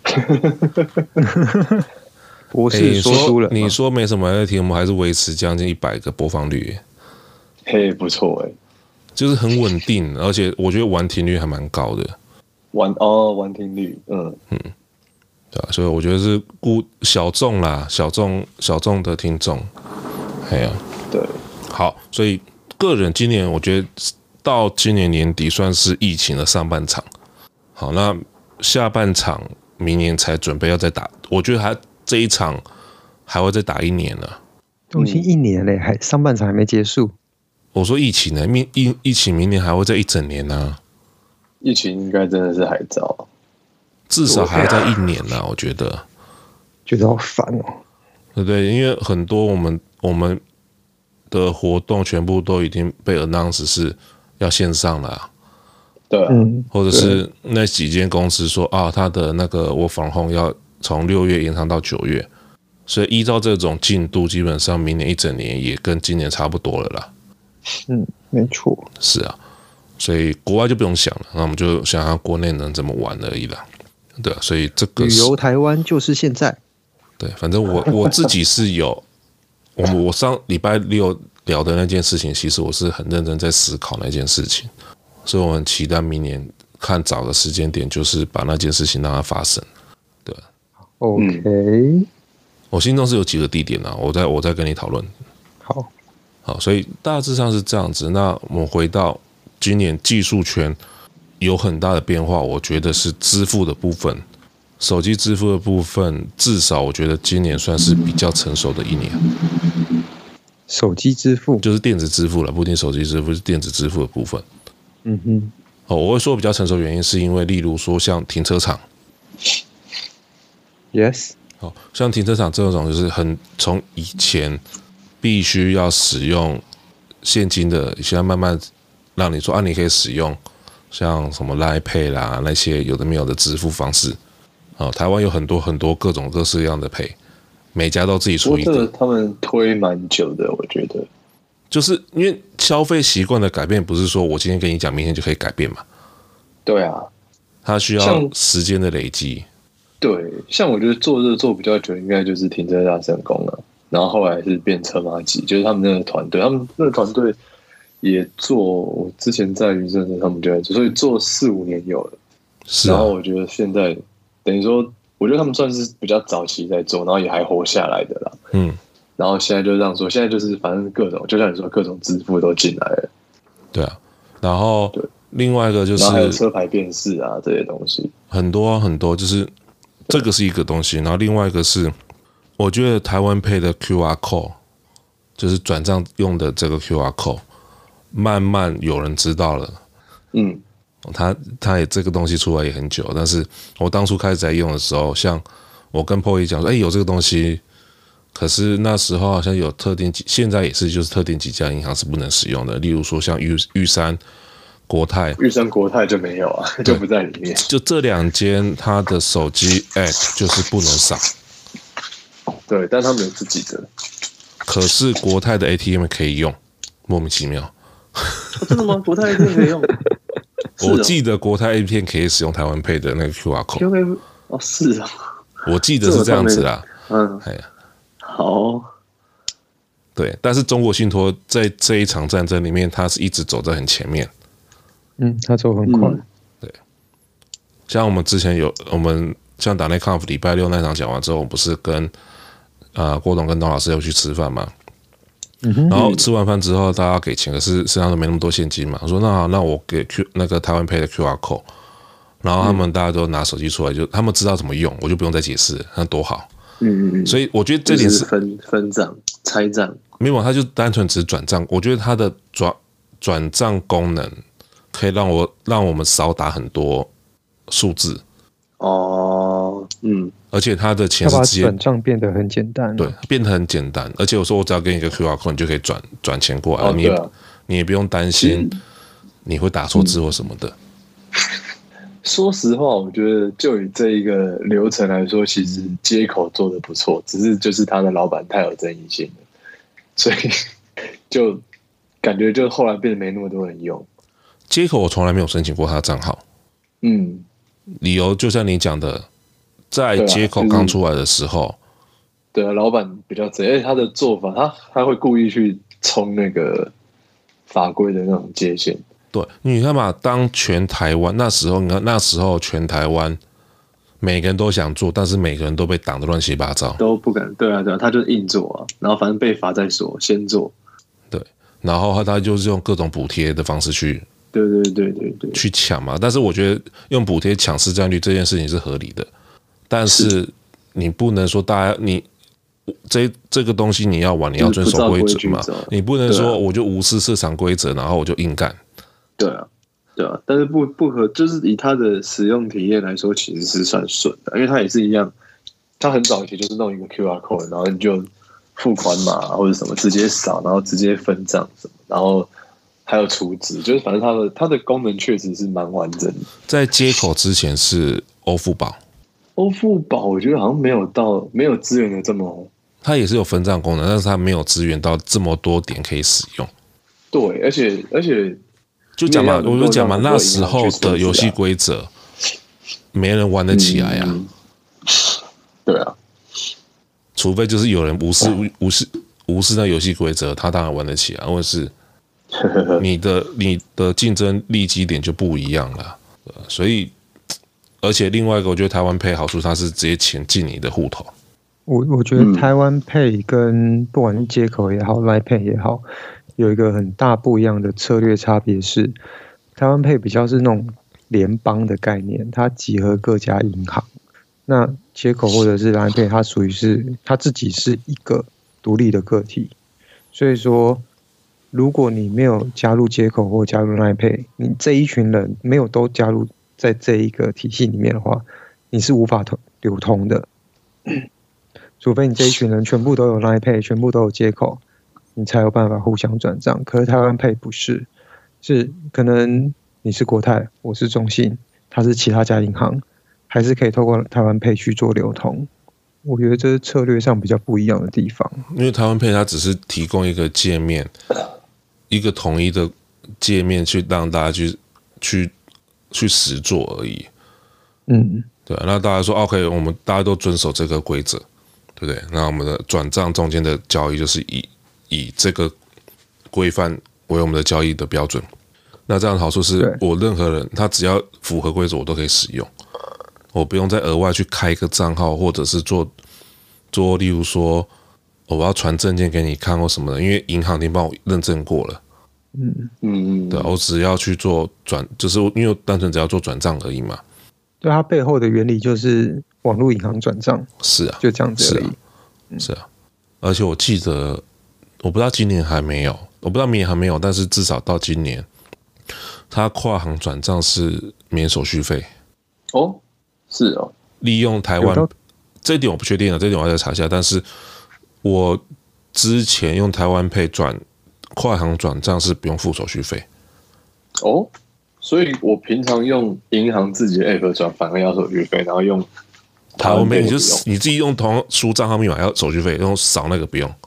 博士说书了、 欸，你说没什么人在听，我们还是维持将近一百个播放率， 嘿，不错哎， 就是很稳定，而且我觉得完听率还蛮高的。 完哦，完听率，嗯嗯，对啊，所以我觉得是顾小众啦，小众小众的听众，哎呀、啊， 对， 好，所以个人今年我觉得到今年年底算是疫情的上半场，好，那下半场明年才准备要再打，我觉得还这一场还会再打一年呢、啊， 都已经一年嘞，还上半场还没结束。 我说疫情呢，疫疫疫情明年还会再一整年呢、啊， 疫情应该真的是还早， 至少还要再一年呢、啊，我觉得， 觉得好烦哦， 对不对？因为很多我们我们的活动全部都已经被 announce 是要线上了、啊。 对、啊嗯， 或者是那几间公司说啊，他的那个work from home要从六月延长到九月，所以依照这种进度，基本上明年一整年也跟今年差不多了啦。 嗯，没错， 是啊，所以国外就不用想了，那我们就想想国内能怎么玩而已啦。对、啊，所以这个旅游台湾就是现在。 对，反正我我自己是有，我我上礼拜六聊的那件事情，其实我是很认真在思考那件事情。所以我很期待明年看找个时间点，就是把那件事情让它发生。对 ，OK， 我心中是有几个地点啊，我再我再跟你讨论。 好， 好，所以大致上是这样子。那我们回到今年技术圈有很大的变化，我觉得是支付的部分，手机支付的部分，至少我觉得今年算是比较成熟的一年。 手机支付就是电子支付了，不一定手机支付，是电子支付的部分。 嗯哼， 哦，我会说比较成熟的原因是因为，例如说像停车场 ，yes， 哦，像停车场这种就是很从以前必须要使用现金的，现在慢慢让你说啊，你可以使用像什么 Line Pay 啦那些有的没有的支付方式。哦，台湾有很多很多各种各式各样的 Pay， 每家都自己出一个。 这个他们推蛮久的，我觉得。 就是因为消费习惯的改变，不是说我今天跟你讲，明天就可以改变嘛？ 对啊， 它需要时间的累积。 对，像我觉得做这做比较久，应该就是停车大神功了，然后后来是变车马机，就是他们那个团队，他们那个团队也做，我之前在余震的他们就在做，所以做四五年有了。 是、啊， 然后我觉得现在等于说，我觉得他们算是比较早期在做，然后也还活下来的啦。 嗯。 然后现在就这样说，现在就是反正各种，就像你说，各种支付都进来了。 对啊，然后另外一个就是， 然后还有车牌辨识啊这些东西， 很多、啊、很多，就是这个是一个东西，然后另外一个是，我觉得台湾 Pay 的 Q R code， 就是转账用的这个 Q R code， 慢慢有人知道了。 嗯， 他他也这个东西出来也很久，但是我当初开始在用的时候，像我跟 P O Y 讲说，哎、欸，有这个东西。可是那时候好像有特定几，现在也是就是特定几家银行是不能使用的，例如说像玉玉山、国泰， 玉山国泰就没有啊，就不在里面。 就这两间，它的手机 App 就是不能扫。 对，但他们有自己的。 可是国泰的 A T M 可以用，莫名其妙。 哦、真的吗？国泰 A T M 可以用？ 我记得国泰 A T M 可以使用台湾 Pay 的那个 Q R code。 哦，是啊。 我记得是这样子啦。 嗯， 哎呀。 好， 对，但是中国信托在这一场战争里面，它是一直走在很前面。 嗯，它走很快。嗯、 对，像我们之前有我们像打内 conf 礼拜六那场讲完之后，我们不是跟啊、呃、郭董跟董老师要去吃饭嘛？嗯、然后吃完饭之后，大家给钱，可是身上都没那么多现金嘛。我说那好，那我给 Q 那个台湾 Pay 的 Q R code， 然后他们大家都拿手机出来，就他们知道怎么用，我就不用再解释了，那多好。 嗯嗯， 所以我觉得这点是分分账、拆账， 没有，它就单纯只转账。我觉得它的转转账功能可以让我让我们少打很多数字。 哦，嗯， 而且它的钱是直接转账变得很简单， 对，变得很简单。而且我说我只要给你一个 Q R code， 你就可以转转钱过来， 哦、 你也、啊、你也不用担心你会打错字或什么的。 说实话，我觉得就以这一个流程来说，其实街口做的不错，只是就是他的老板太有争议性了，所以就感觉就后来变得没那么多人用。 街口我从来没有申请过他的账号， 嗯， 理由就像你讲的，在街口刚出来的时候， 对啊，老板比较贼，而且他的做法，他他会故意去冲那个法规的那种界限。 对，你看嘛，当全台湾那时候，你看那时候全台湾每个人都想做，但是每个人都被挡得乱七八糟， 都不敢。对啊，对啊，他就硬做啊，然后反正被罚再说，先做。 对，然后他就是用各种补贴的方式去， 对对对对对， 去抢嘛。但是我觉得用补贴抢市占率这件事情是合理的，但是你不能说大家你。这这个东西你要玩，你要遵守规则嘛，你不能说我就无视市场规则，然后我就硬干。 对啊，对啊，但是不不合，就是以它的使用体验来说，其实是算顺的，因为它也是一样，它很早期就是弄一个 Q R code， 然后你就付款码或者什么直接扫，然后直接分账什么，然后还有储值，就是反正它的它的功能确实是蛮完整的。 在街口之前是欧付宝， 欧付宝我觉得好像没有到没有资源的这么。 它也是有分账功能，但是它没有资源到这么多点可以使用。 对，而且而且就讲嘛，我就讲嘛，那时候的游戏规则没人玩得起来啊。 嗯、对啊， 除非就是有人无视无视无视那游戏规则，他当然玩得起来，或者是你的你的竞争利基点就不一样了。所以，而且另外一个，我觉得台湾Pay好处，它是直接钱进你的户头。 我我觉得台湾 Pay 跟不管是街口也好 Line Pay 也好，有一个很大不一样的策略差别是，台湾 Pay 比较是那种联邦的概念，它集合各家银行。那街口或者是 Line Pay， 它属于是它自己是一个独立的个体，所以说，如果你没有加入街口或加入 Line Pay， 你这一群人没有都加入在这一个体系里面的话，你是无法流通的。除非你这一群人全部都有 Line Pay， 全部都有街口，你才有办法互相转账。可是台湾 Pay 不是，是可能你是国泰，我是中信，它是其他家银行，还是可以透过台湾 Pay 去做流通。我觉得这是策略上比较不一样的地方。 因为台湾 Pay 它只是提供一个界面，一个统一的界面去让大家去去去实做而已。 嗯， 对，那大家说 OK， 我们大家都遵守这个规则。对不对？那我们的转账中间的交易就是以以这个规范为我们的交易的标准。那这样的好处是我任何人他只要符合规则，我都可以使用，我不用再额外去开一个账号，或者是做做，例如说我要传证件给你看或什么的，因为银行已经帮我认证过了。 嗯嗯， 对，我只要去做转，就是因为单纯只要做转账而已嘛。 对，它背后的原理就是网络银行转账， 是啊， 就这样子而已。 是啊，是啊，而且我记得，我不知道今年还没有，我不知道明年还没有，但是至少到今年，它跨行转账是免手续费。 哦，是哦， 利用台湾这一点我不确定了，这一点我要再查一下。但是我之前用台湾Pay转跨行转账是不用付手续费。 哦。所以我平常用银行自己的 app 转，反而要手续费，然后用台湾Pay，你就你自己用同输账号密码要手续费，用扫那个不用。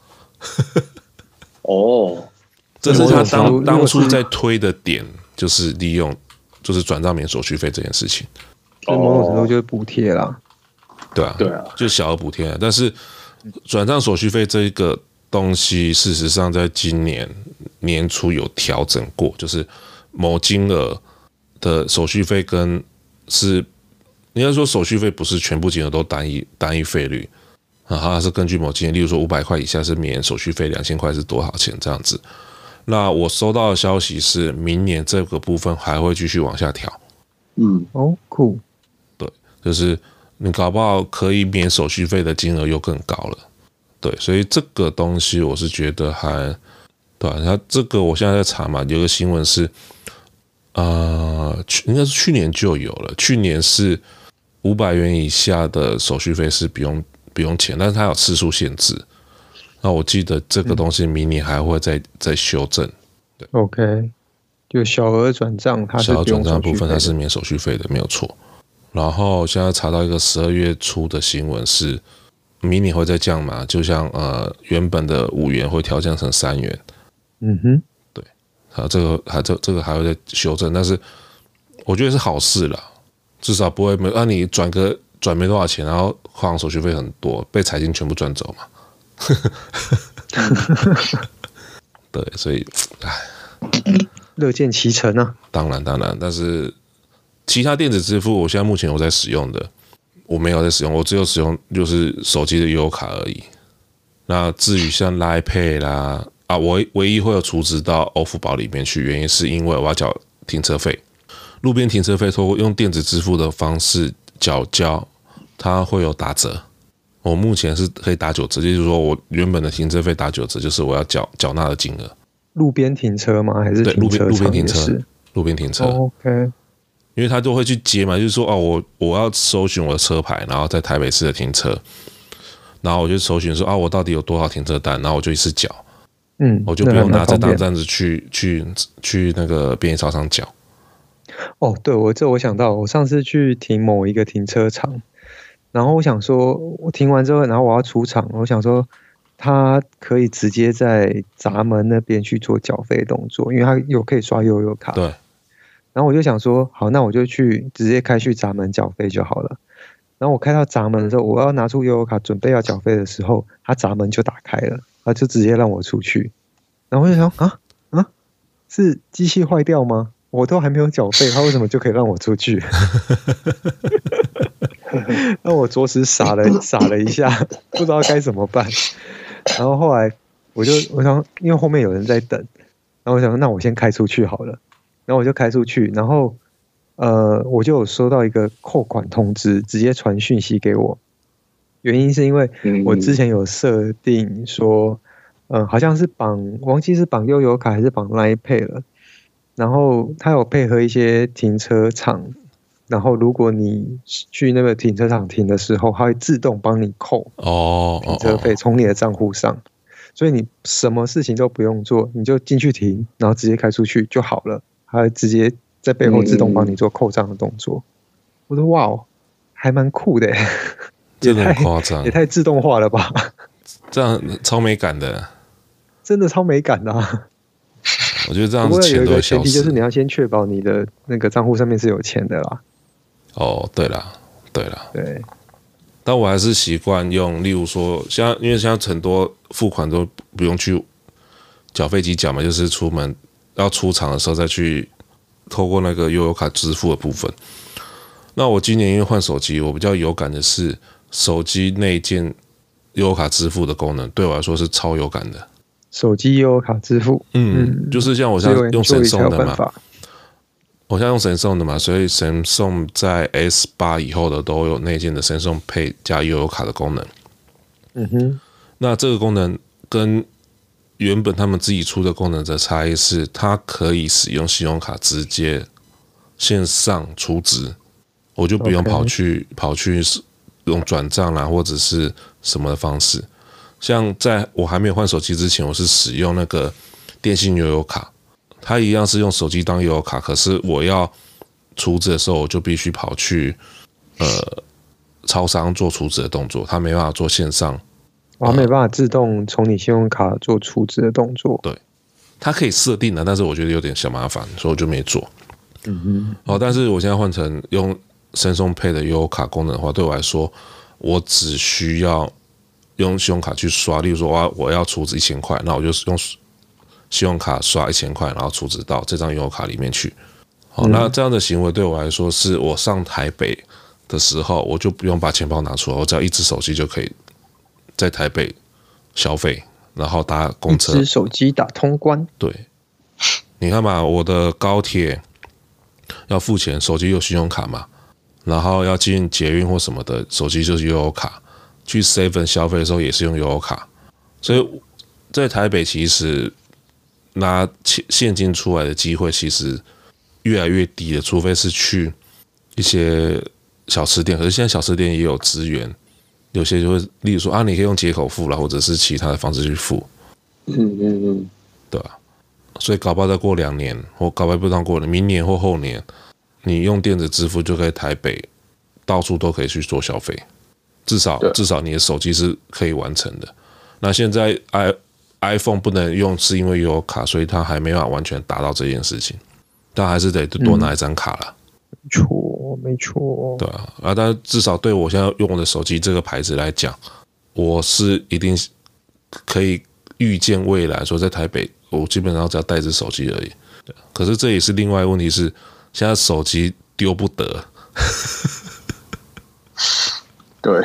哦， 这是他当当初在推的点，就是利用就是转账免手续费这件事情。 所以某种程度就是补贴啦。 对啊， 对啊， 就小额补贴啊。但是转账手续费这一个东西，事实上在今年年初有调整过，就是某金额的手续费跟是应该说手续费不是全部金额都单一单一费率啊，它是根据某金额，例如说五百块以下是免手续费，两千块是多少钱这样子。那我收到的消息是，明年这个部分还会继续往下调。 嗯， 哦，酷， 对，就是你搞不好可以免手续费的金额又更高了。对，所以这个东西我是觉得还对啊，它这个我现在在查嘛，有个新闻是。呃，应该是去年就有了。去年是五百元以下的手续费是不用不用钱，但是它有次数限制。那我记得这个东西明年还会再再修正。对 ，OK， 就小额转账，它是小额转账的部分它它是免手续费的，没有错。然后现在查到一个十二月初的新闻是，明年会再降嘛？就像呃原本的五元会调降成三元。 嗯哼， 对，啊，这个还这这个还会再修正，但是我觉得是好事啦，至少不会没啊你转个转没多少钱，然后花行手续费很多，被财经全部赚走嘛。对，所以唉， 乐见其成啊。 当然当然，但是其他电子支付，我现在目前有在使用的，我没有在使用，我只有使用就是手机的悠游卡而已。那至于像 Line Pay 啦，啊，我唯一会有储值到欧付宝里面去，原因是因为我要缴停车费，路边停车费透过用电子支付的方式缴交，它会有打折。我目前是可以打九折，也就是说我原本的停车费打九折，就是我要缴缴纳的金额。 路边停车吗？还是对，路边路边停车？ 路边停车。 Oh, OK， 因为他就会去接嘛，就是说哦，我我要搜寻我的车牌，然后在台北市的停车，然后我就搜寻说啊，我到底有多少停车单，然后我就一次缴， 嗯， 我就不用拿这张单子去去去那个便利超商缴。 哦，对，我这我想到，我上次去停某一个停车场。然后我想说，我停完之后，然后我要出场，我想说，他可以直接在闸门那边去做缴费动作，因为他有可以刷悠游卡。 对。 然后我就想说，好，那我就去直接开去闸门缴费就好了。然后我开到闸门的时候，我要拿出悠游卡准备要缴费的时候，他闸门就打开了，他就直接让我出去。然后我就想啊啊，是机器坏掉吗？我都还没有缴费，他为什么就可以让我出去？那我着实傻了傻了一下，不知道该怎么办。然后后来我就我想，因为后面有人在等，然后我想那我先开出去好了。然后我就开出去，然后呃我就有收到一个扣款通知，直接传讯息给我。原因是因为我之前有设定说，呃好像是绑忘记是绑悠游卡还是绑 Line Pay 了。然后他有配合一些停车场。然后，如果你去那个停车场停的时候，它会自动帮你扣停车费从你的账户上，所以你什么事情都不用做，你就进去停，然后直接开出去就好了。它会直接在背后自动帮你做扣账的动作。嗯、我说哇哦，还蛮酷的， 真的很夸张， 也太自动化了吧？ 这样超美感的， 真的超美感的、啊。 我觉得这样子钱都会消失。 不过有一个前提就是你要先确保你的那个账户上面是有钱的啦。 哦，对啦，对啦， 对， 但我还是习惯用，例如说，像因为现在很多付款都不用去缴费机缴嘛，就是出门要出场的时候再去透过那个悠游卡支付的部分。那我今年因为换手机，我比较有感的是手机内建悠游卡支付的功能，对我来说是超有感的。 手机悠游卡支付， 嗯，嗯就是像我现在用神送的嘛。我现在用神送的嘛，所以神送在 S 八 以后的都有内建的神送 Pay 加悠游卡的功能。 嗯哼， 那这个功能跟原本他们自己出的功能的差异是，它可以使用信用卡直接线上储值，我就不用跑去、okay. 跑去用转账啦或者是什么的方式。像在我还没有换手机之前，我是使用那个电信悠游卡。它一样是用手机当悠游卡，可是我要储值的时候，我就必须跑去呃超商做储值的动作，它没办法做线上， 它、呃、没办法自动从你信用卡做储值的动作。 对，它可以设定的，但是我觉得有点小麻烦，所以我就没做。嗯哼。哦，但是我现在换成用 Samsung Pay 的悠游卡功能的话，对我来说，我只需要用信用卡去刷，例如说我要我要储值一千块，那我就用信用卡刷一千块，然后储值到这张悠游卡里面去。好，那这样的行为对我来说，是我上台北的时候，我就不用把钱包拿出来，我只要一只手机就可以在台北消费，然后搭公车， 一只手机打通关。 对，你看嘛，我的高铁要付钱，手机有信用卡嘛，然后要进捷运或什么的，手机就是悠游卡。去 seven 消费的时候也是用悠游卡，所以在台北其实拿现金出来的机会其实越来越低了，除非是去一些小吃店，可是现在小吃店也有资源，有些就会例如说啊，你可以用街口付啦，或者是其他的方式去付。 嗯嗯嗯， 对吧？ 所以搞不好再过两年，或搞不好不当过了，明年或后年，你用电子支付就可以台北到处都可以去做消费，至少至少你的手机是可以完成的。那现在 i iPhone 不能用，是因为有卡，所以它还没办法完全达到这件事情，但还是得多拿一张卡啦。 嗯、没错，没错。 对啊，啊，但至少对我现在用我的手机这个牌子来讲，我是一定可以预见未来说在台北，我基本上只要带只手机而已。可是这也是另外一个问题是，现在手机丢不得。 对，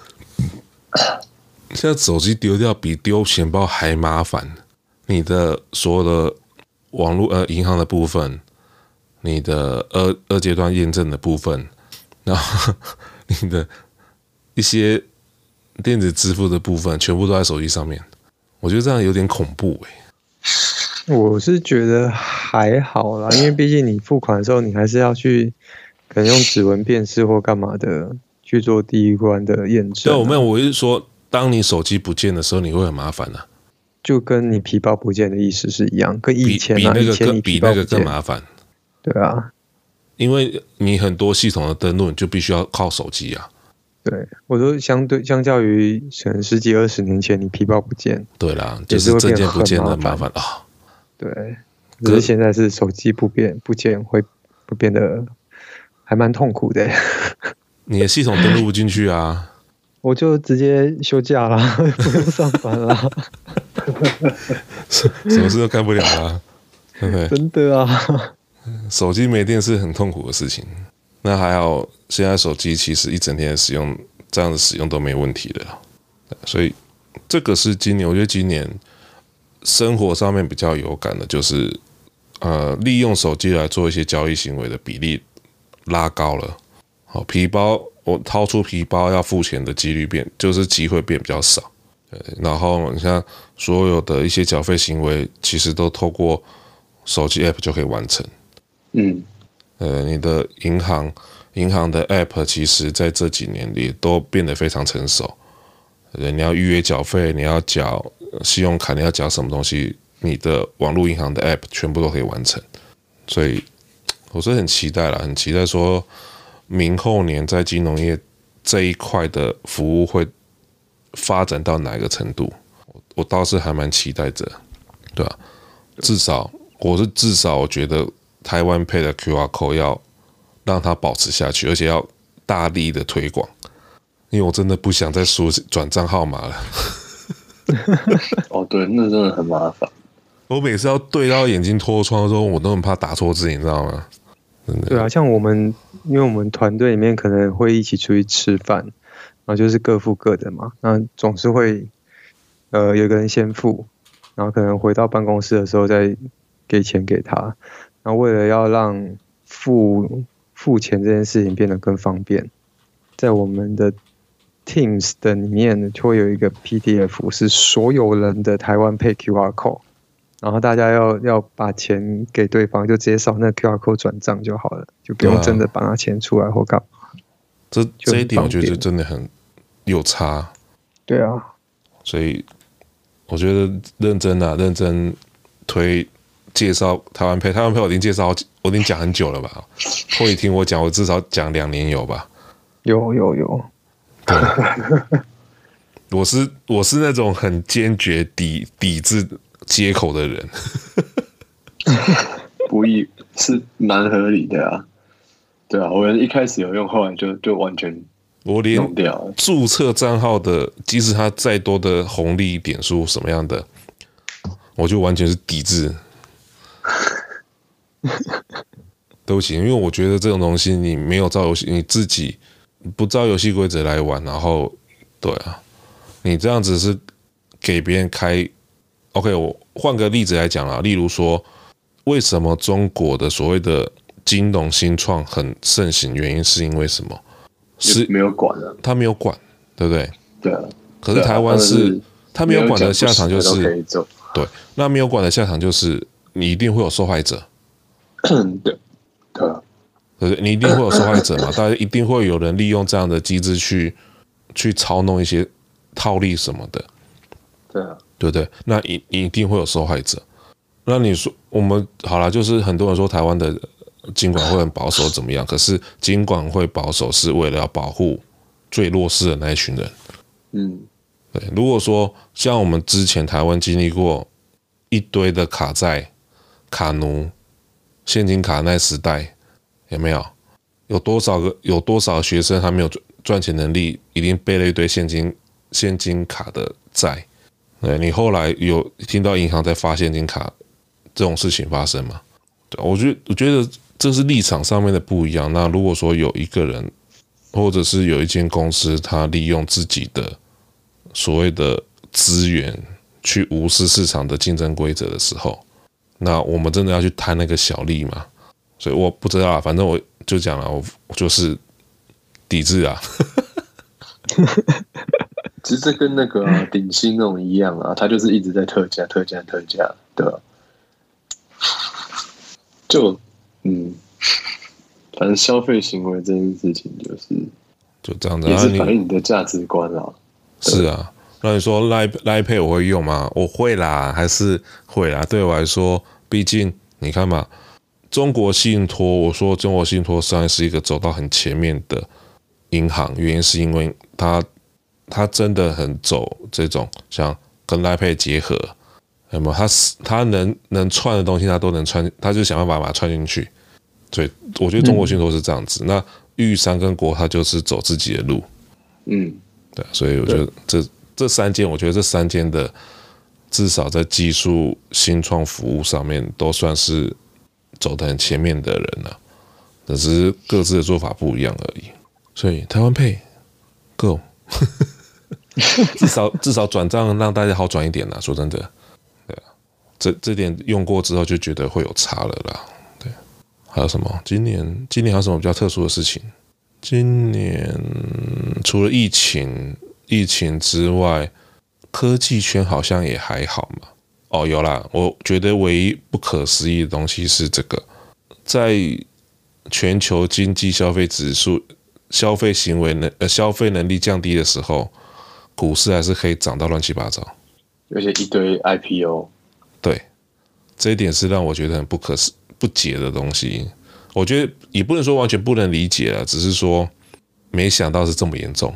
现在手机丢掉比丢钱包还麻烦。你的所有的网络呃银行的部分，你的二二阶段验证的部分，然后你的一些电子支付的部分，全部都在手机上面。我觉得这样有点恐怖哎、 欸。我是觉得还好啦，因为毕竟你付款的时候，你还是要去可能用指纹辨识或干嘛的去做第一关的验证、啊。 对，我没有，我是说，当你手机不见的时候，你会很麻烦的、啊。 就跟你皮包不见的意思是一样，跟以前、啊、 比, 比那个更比那个更麻烦。 对啊， 因为你很多系统的登录，你就必须要靠手机啊。 对，我说相对相较于可能十几二十年前，你皮包不见， 对啦，就是证件不见的麻烦啊。 对，可是现在是手机不变不见，会会变得还蛮痛苦的。 你的系统登录不进去啊。 我就直接休假啦，不用上班啦。 什么事都干不了啦，对不对？ 真的啊， 手机没电是很痛苦的事情。那还好，现在手机其实一整天的使用，这样的使用都没问题的啦。所以这个是今年，我觉得今年生活上面比较有感的，就是呃，利用手机来做一些交易行为的比例拉高了。好，皮包。我掏出皮包要付钱的几率变，就是机会变比较少。对，然后你看所有的一些缴费行为，其实都透过手机 app 就可以完成。 嗯， 呃，你的银行银行的 app 其实在这几年也都变得非常成熟。对，你要预约缴费，你要缴信用卡，你要缴什么东西，你的网络银行的 app 全部都可以完成。所以我是很期待啦，很期待说。明后年在金融业这一块的服务会发展到哪一个程度？我倒是还蛮期待着，对吧、啊？至少我是至少我觉得台湾 Pay 的 Q R code 要让它保持下去，而且要大力的推广，因为我真的不想再输转账号码了。 哦，对，那真的很麻烦。 我每次要对到眼睛脱窗的时候，我都很怕打错字，你知道吗？ 对啊，像我们，因为我们团队里面可能会一起出去吃饭，然后就是各付各的嘛，那总是会，呃，有个人先付，然后可能回到办公室的时候再给钱给他，然后为了要让付付钱这件事情变得更方便，在我们的 Teams 的里面就会有一个 P D F 是所有人的台湾Pay Q R code。然后大家要要把钱给对方，就直接扫那个 Q R code 转账就好了，就不用真的把他钱出来或干嘛。 这这一点我觉得真的很有差。 对啊， 所以我觉得认真啊，认真推介绍台湾Pay，台湾Pay我已经介绍，我已经讲很久了吧？或你听我讲，我至少讲两年有吧？ 有有有。 对，我是我是那种很坚决抵抵制。接口的人不易是蛮合理的啊，对啊，我一开始有用，后来就就完全我连弄掉了。 注册账号的，即使它再多的红利点数什么样的，我就完全是抵制。对不起，因为我觉得这种东西你没有照游戏，你自己不照游戏规则来玩，然后对啊，你这样子是给别人开。OK， 我换个例子来讲啦，例如说，为什么中国的所谓的金融新创很盛行？原因是因为什么？是没有管啊， 他没有管，对不对？ 对啊。 可是台湾是，他没有管的下场就是， 对， 那没有管的下场就是你一定会有受害者。 对，对啊， 对不对？你一定会有受害者嘛，大家一定会有人利用这样的机制去去操弄一些套利什么的。 对啊。 对不对？那一一定会有受害者。 那你说我们好啦，就是很多人说台湾的金管会很保守怎么样？可是金管会保守是为了要保护最弱势的那一群人。 嗯， 对。如果说像我们之前台湾经历过一堆的卡债、卡奴、现金卡那时代，有没有？有多少个有多少学生还没有赚钱能力，已经背了一堆现金现金卡的债？对，你后来有听到银行在发现金卡这种事情发生吗？对，我觉得我觉得这是立场上面的不一样。那如果说有一个人，或者是有一间公司，他利用自己的所谓的资源去无视市场的竞争规则的时候，那我们真的要去贪那个小利吗？所以我不知道啊，反正我就讲了，我就是抵制啊。 其实这跟那个啊顶新那种一样啊，它就是一直在特价、特价、特价，对吧？就嗯，反正消费行为这件事情就是就这样子， 也是反映你的价值观啊。 是啊，那你说 Line Line Pay 我会用吗？我会啦，还是会啦。对我来说，毕竟你看嘛，中国信托，我说中国信托算是一个走到很前面的银行，原因是因为它它真的很走这种像跟 Line Pay 结合，有没有？它它能能串的东西，它都能串，它就想办法把它串进去。所以我觉得中国信托是这样子。嗯、那玉山跟国它就是走自己的路， 嗯， 对，所以我觉得这这三间，我觉得这三间的至少在技术新创服务上面都算是走得很前面的人了、啊，只是各自的做法不一样而已。所以台湾Pay Go 至少至少转账让大家好转一点啦。说真的，对啊，这这点用过之后就觉得会有差了啦。对，还有什么？今年今年还有什么比较特殊的事情？今年除了疫情疫情之外，科技圈好像也还好嘛。哦，有啦，我觉得唯一不可思议的东西是这个，在全球经济消费指数、消费行为能、呃消费能力降低的时候，股市还是可以涨到乱七八糟， 而且一堆 I P O。 对，这一点是让我觉得很不可思不解的东西。我觉得也不能说完全不能理解了，只是说没想到是这么严重。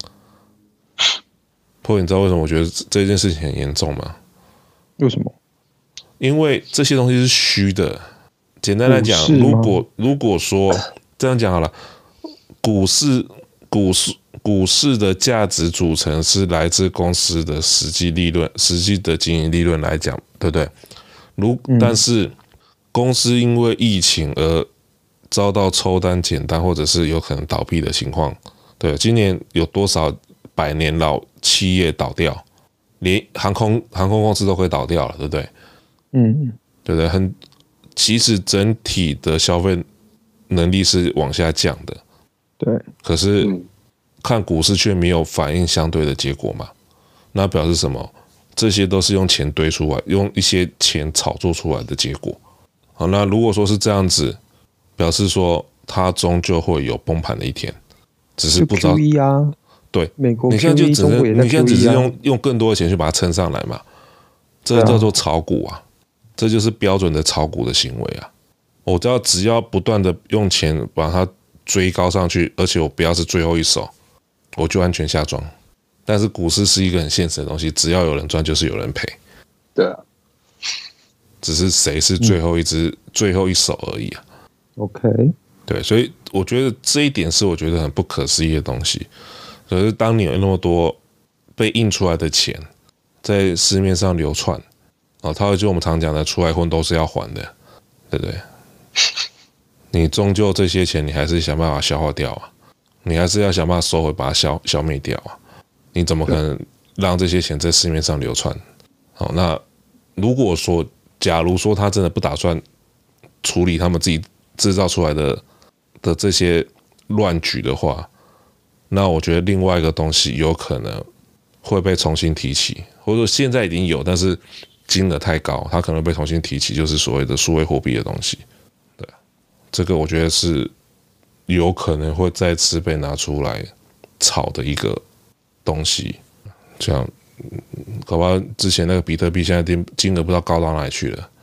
破，你知道为什么我觉得这件事情很严重吗？ 为什么？ 因为这些东西是虚的。简单来讲，如果如果说这样讲好了，股市股市股市的价值组成是来自公司的实际利润、实际的经营利润来讲，对不对？如但是公司因为疫情而遭到抽单、减单，或者是有可能倒闭的情况，对，今年有多少百年老企业倒掉？连航空航空公司都会倒掉了，对不对？ 嗯， 对不对？很，其实整体的消费能力是往下降的， 对。 可是看股市却没有反映相对的结果嘛？那表示什么？这些都是用钱堆出来，用一些钱炒作出来的结果。好，那如果说是这样子，表示说它终究会有崩盘的一天，只是不知道。 Q E 啊， 对， 美国 Q E, 你现在就只能，你现在只是用、 啊、 用更多的钱去把它撑上来嘛，这叫做炒股啊，这就是标准的炒股的行为啊。我知道，只要不断的用钱把它追高上去，而且我不要是最后一手，我就安全下庄。但是股市是一个很现实的东西，只要有人赚，就是有人赔。 对啊， 只是谁是最后一只、嗯、最后一手而已啊。 OK， 对，所以我觉得这一点是我觉得很不可思议的东西。可是当你有那么多被印出来的钱在市面上流窜，哦，它就我们常讲的出来混都是要还的，对不对？你终究这些钱你还是想办法消化掉啊，你还是要想办法收回，把它消消灭掉啊。你怎么可能让这些钱在市面上流窜？好，那如果说，假如说他真的不打算处理他们自己制造出来的的这些乱局的话，那我觉得另外一个东西有可能会被重新提起，或者说现在已经有，但是金额太高，它可能被重新提起，就是所谓的数位货币的东西。对，这个我觉得是有可能会再次被拿出来炒的一个东西。像搞不好之前那个比特币现在金额不知道高到哪里去了。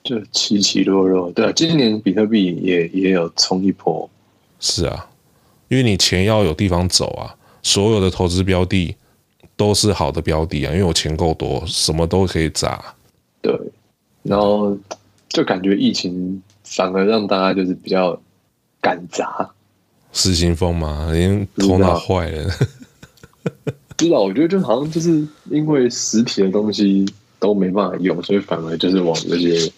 就起起落落。对啊，今年比特币也也有冲一波。 是啊，因为你钱要有地方走啊，所有的投资标的都是好的标的啊，因为我钱够多，什么都可以砸。 对，然后就感觉疫情反而让大家就是比较敢砸。 失心疯嘛，已经头脑坏了。 不知道，我觉得就好像就是因为实体的东西都没办法用，所以反而就是往这些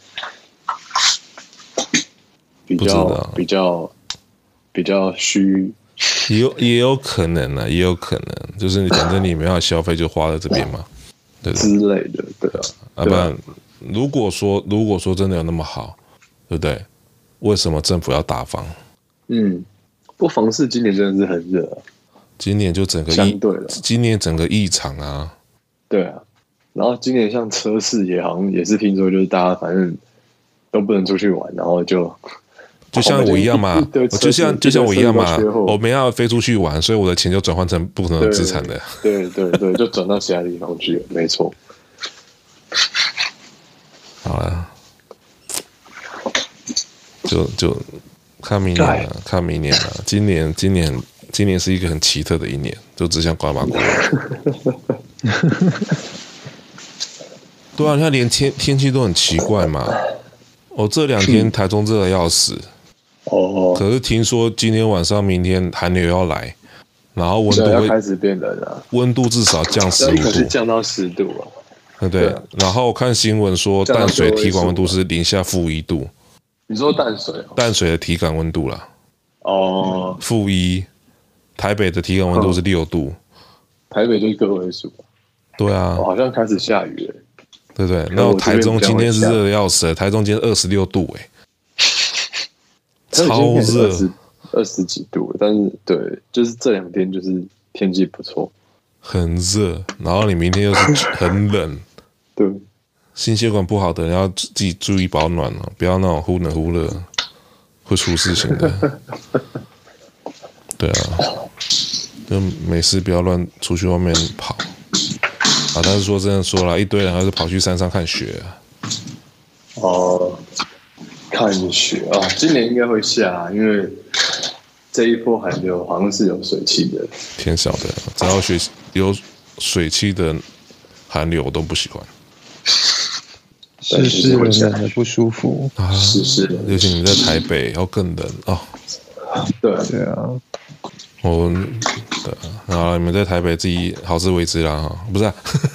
比较比较比较虚， 也有也有可能啊，也有可能，就是反正你没办法消费，就花在这边嘛，对之类的，对啊。 啊，不然如果说如果说真的有那么好，对不对？为什么政府要打房？ 嗯，不过房市今年真的是很热、啊， 今年就整个相对了， 今年整个异常啊。 对啊，然后今年像车市也好像也是听说，就是大家反正都不能出去玩，然后就就像我一样嘛，就像就像我一样嘛，我没要飞出去玩，所以我的钱就转换成不同的资产的。 对对对，就转到其他地方去了，没错。 好了，就就看明年了，看明年了。今年今年今年是一个很奇特的一年，就只像刮马股。对啊，你看连天天气都很奇怪嘛。哦，这两天台中热的要死。 哦。 可是听说今天晚上、明天寒流要来，然后温度会开始变冷了。温度至少降十五度， 降到十度啊。 对不对？然后我看新闻说，淡水体感温度是零下负一度。 你说淡水、哦？ 淡水的体感温度啦。 哦。 负一。台北的体感温度是六度。 台北就是个位数。 对啊。 好像开始下雨了。 对不对？然后台中今天是热的要死，台中今天二十六度哎、欸，超热， 二十几度。但是对，就是这两天就是天气不错， 很热。然后你明天又是很冷， 对， 心血管不好的人要自己注意保暖哦，不要那种忽冷忽热，会出事情的。对啊，就没事不要乱出去外面跑。啊，但是说真的说了，一堆人还是跑去山上看雪、啊。 哦，看雪啊，今年应该会下，因为这一波寒流好像是有水汽的。 天晓得，只要雪有水汽的寒流我都不喜欢。 湿湿冷冷的不舒服啊， 湿湿的， 尤其你在台北，要更冷哦。 对对啊。 我，对啊，然后你们在台北自己好自为之啦，哈，不是、啊，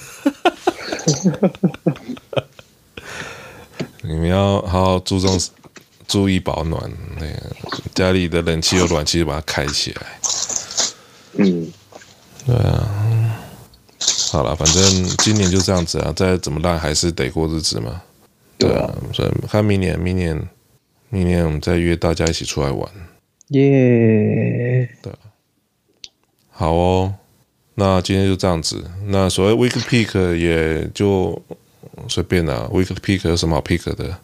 你们要好好注重注意保暖，那个家里的冷气有暖气就把它开起来。 嗯， 对啊，好了，反正今年就这样子啊，再怎么烂还是得过日子嘛。对啊，所以看明年，明年，明年我们再约大家一起出来玩。 耶、yeah ！ 对。好哦，那今天就这样子。那所谓 week pick 也就随便啦 ，week pick 有什么好 pick 的？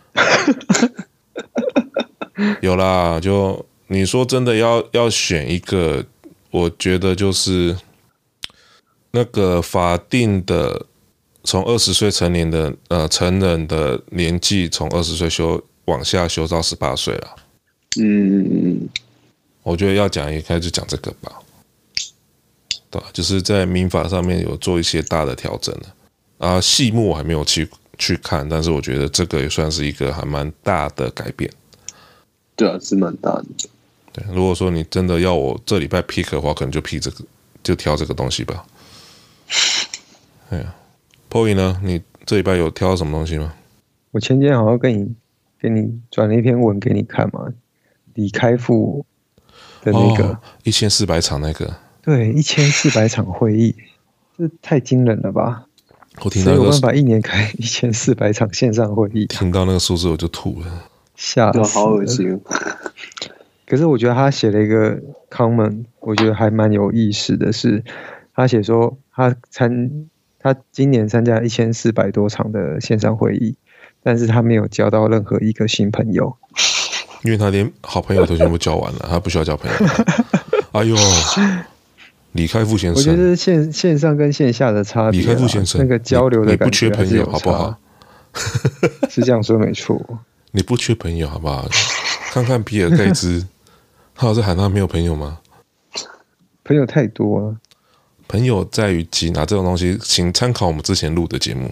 有啦，就你说真的要要选一个，我觉得就是那个法定的从二十岁成年的呃成人的年纪，从二十岁修往下修到十八岁了。 嗯嗯嗯， 我觉得要讲，应该就讲这个吧。对，就是在民法上面有做一些大的调整了，啊，细目我还没有去去看，但是我觉得这个也算是一个还蛮大的改变。 对啊，是蛮大的。 对，如果说你真的要我这礼拜 pick 的话，可能就 pick 这个，就挑这个东西吧。哎呀 ，Poy 呢？你这礼拜有挑什么东西吗？ 我前天好像跟你跟你转了一篇文给你看嘛，李开复的那个一千四百场那个。 对，一千四百场会议，这太惊人了吧！ 我听到谁有办法一年开一千四百场线上会议、啊？ 听到那个数字我就吐了， 吓死了， 好恶心。 可是我觉得他写了一个 comment， 我觉得还蛮有意思的是，他写说他参他今年参加一千四百多场的线上会议，但是他没有交到任何一个新朋友， 因为他连好朋友都全部交完了，他不需要交朋友。哎呦！李开复先生， 我觉得线线上跟线下的差别、啊， 李开复先生， 那个交流的感觉你不缺朋友好不好？ 是这样说没错。 你不缺朋友好不好？看看比尔盖茨，他有在喊他没有朋友吗？ 朋友太多了。 朋友在于己拿这种东西，请参考我们之前录的节目。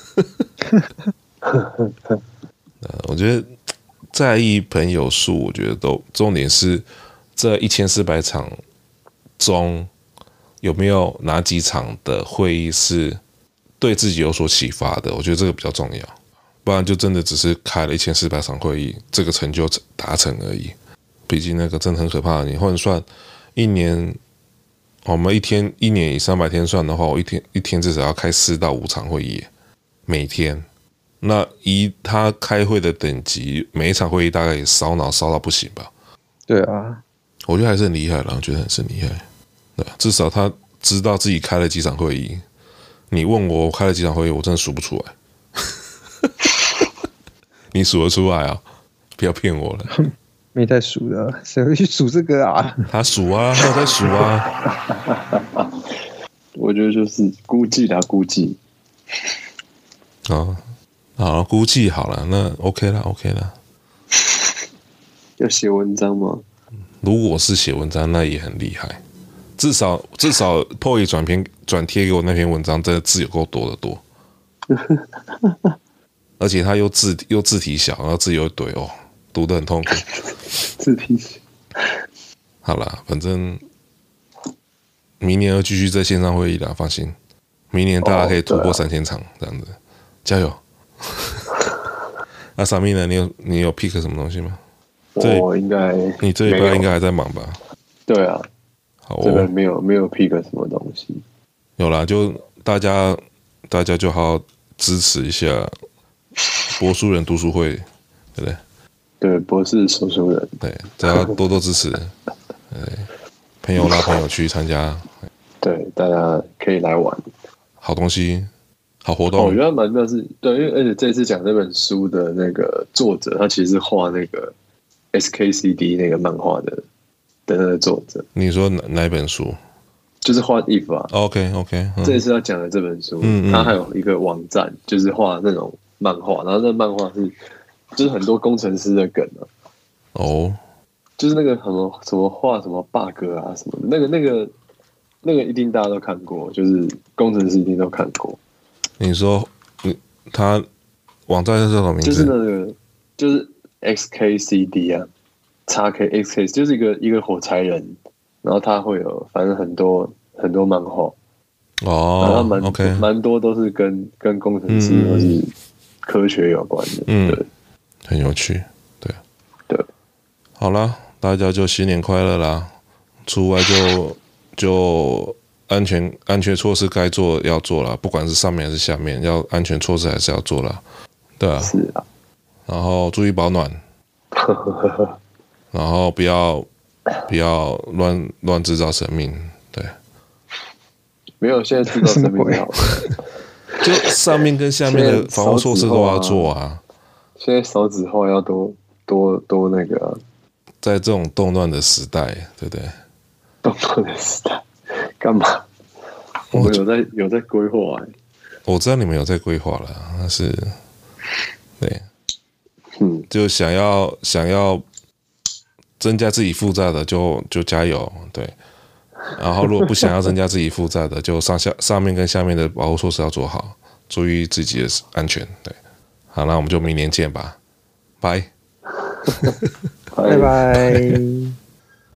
呃，我觉得在意朋友数，我觉得都重点是这一千四百场中有没有哪几场的会议是对自己有所启发的？我觉得这个比较重要，不然就真的只是开了一千四百场会议，这个成就达成而已。毕竟那个真的很可怕，你换算一年，我们一天一年以三百天算的话，我一天一天至少要开四到五场会议，每天。那以他开会的等级，每一场会议大概也烧脑烧到不行吧？ 对啊， 我觉得还是很厉害啦，我觉得很是厉害。对，至少他知道自己开了几场会议。你问我开了几场会议，我真的数不出来。你数得出来啊？不要骗我了。 没在数的，谁会去数这个啊？ 他数啊，他有在数啊。 我觉得就是估计啦，估计。 啊，好，估计好了，那 OK 啦 ，OK 啦。 要写文章吗？ 如果是写文章，那也很厉害。至少至少 P O E 转篇转贴给我那篇文章，真的字有够多的多。而且他又字又字体小，然后字又一堆哦，读得很痛苦。 字体小。 好啦，反正明年要继续在线上会议啦，放心。明年大家可以突破三千场，这样子，加油！那萨米呢？你有你有 pick 什么东西吗？ 我应该你这一拜应该还在忙吧？ 对啊， 好、哦， 这边没有没有 pick 什么东西。 有啦，就大家大家就好好支持一下博书人读书会，对不对？ 对，博士说书人， 对，只要多多支持，对，朋友拉朋友去参加， 对，大家可以来玩， 好东西，好活动。 哦、我觉得蛮妙是，对，因为而且这次讲这本书的那个作者，他其实是画那个 S K C D 那个漫画的的那个作者。 你说哪哪一本书？ 就是画 If 啊。 OK OK，、嗯、 这次要讲的这本书， 嗯嗯它还有一个网站，就是画那种漫画，然后那漫画是就是很多工程师的梗啊。 哦， 就是那个什么什么画什么 bug 啊什么的，那个那个那个一定大家都看过，就是工程师一定都看过。 你说你他网站是什么名字？ 就是那个就是 X K C D 啊 ，X K X K 就是一个一个火柴人，然后他会有反正很多很多漫画哦， 然后蛮 OK 蛮多都是跟跟工程师或是科学有关的， 嗯， 对， 很有趣，对对。 好啦，大家就新年快乐啦！出外就就安全安全措施该做要做啦，不管是上面还是下面，要安全措施还是要做啦，对啊， 是啊。 然后注意保暖，然后不要不要乱乱制造生命，对。 没有，现在制造生命好了。 就上面跟下面的防护措施都要做啊。 现在少子化要多多多那个、啊。 在这种动乱的时代，对不对？ 动乱的时代，干嘛？我们有在有在规划哎。 我知道你们有在规划了，但是，对， 嗯， 就想要想要增加自己负债的就就加油，对。然后如果不想要增加自己负债的，就上下上面跟下面的保护措施要做好，注意自己的安全，对。好，那我们就明年见吧，拜。 拜拜。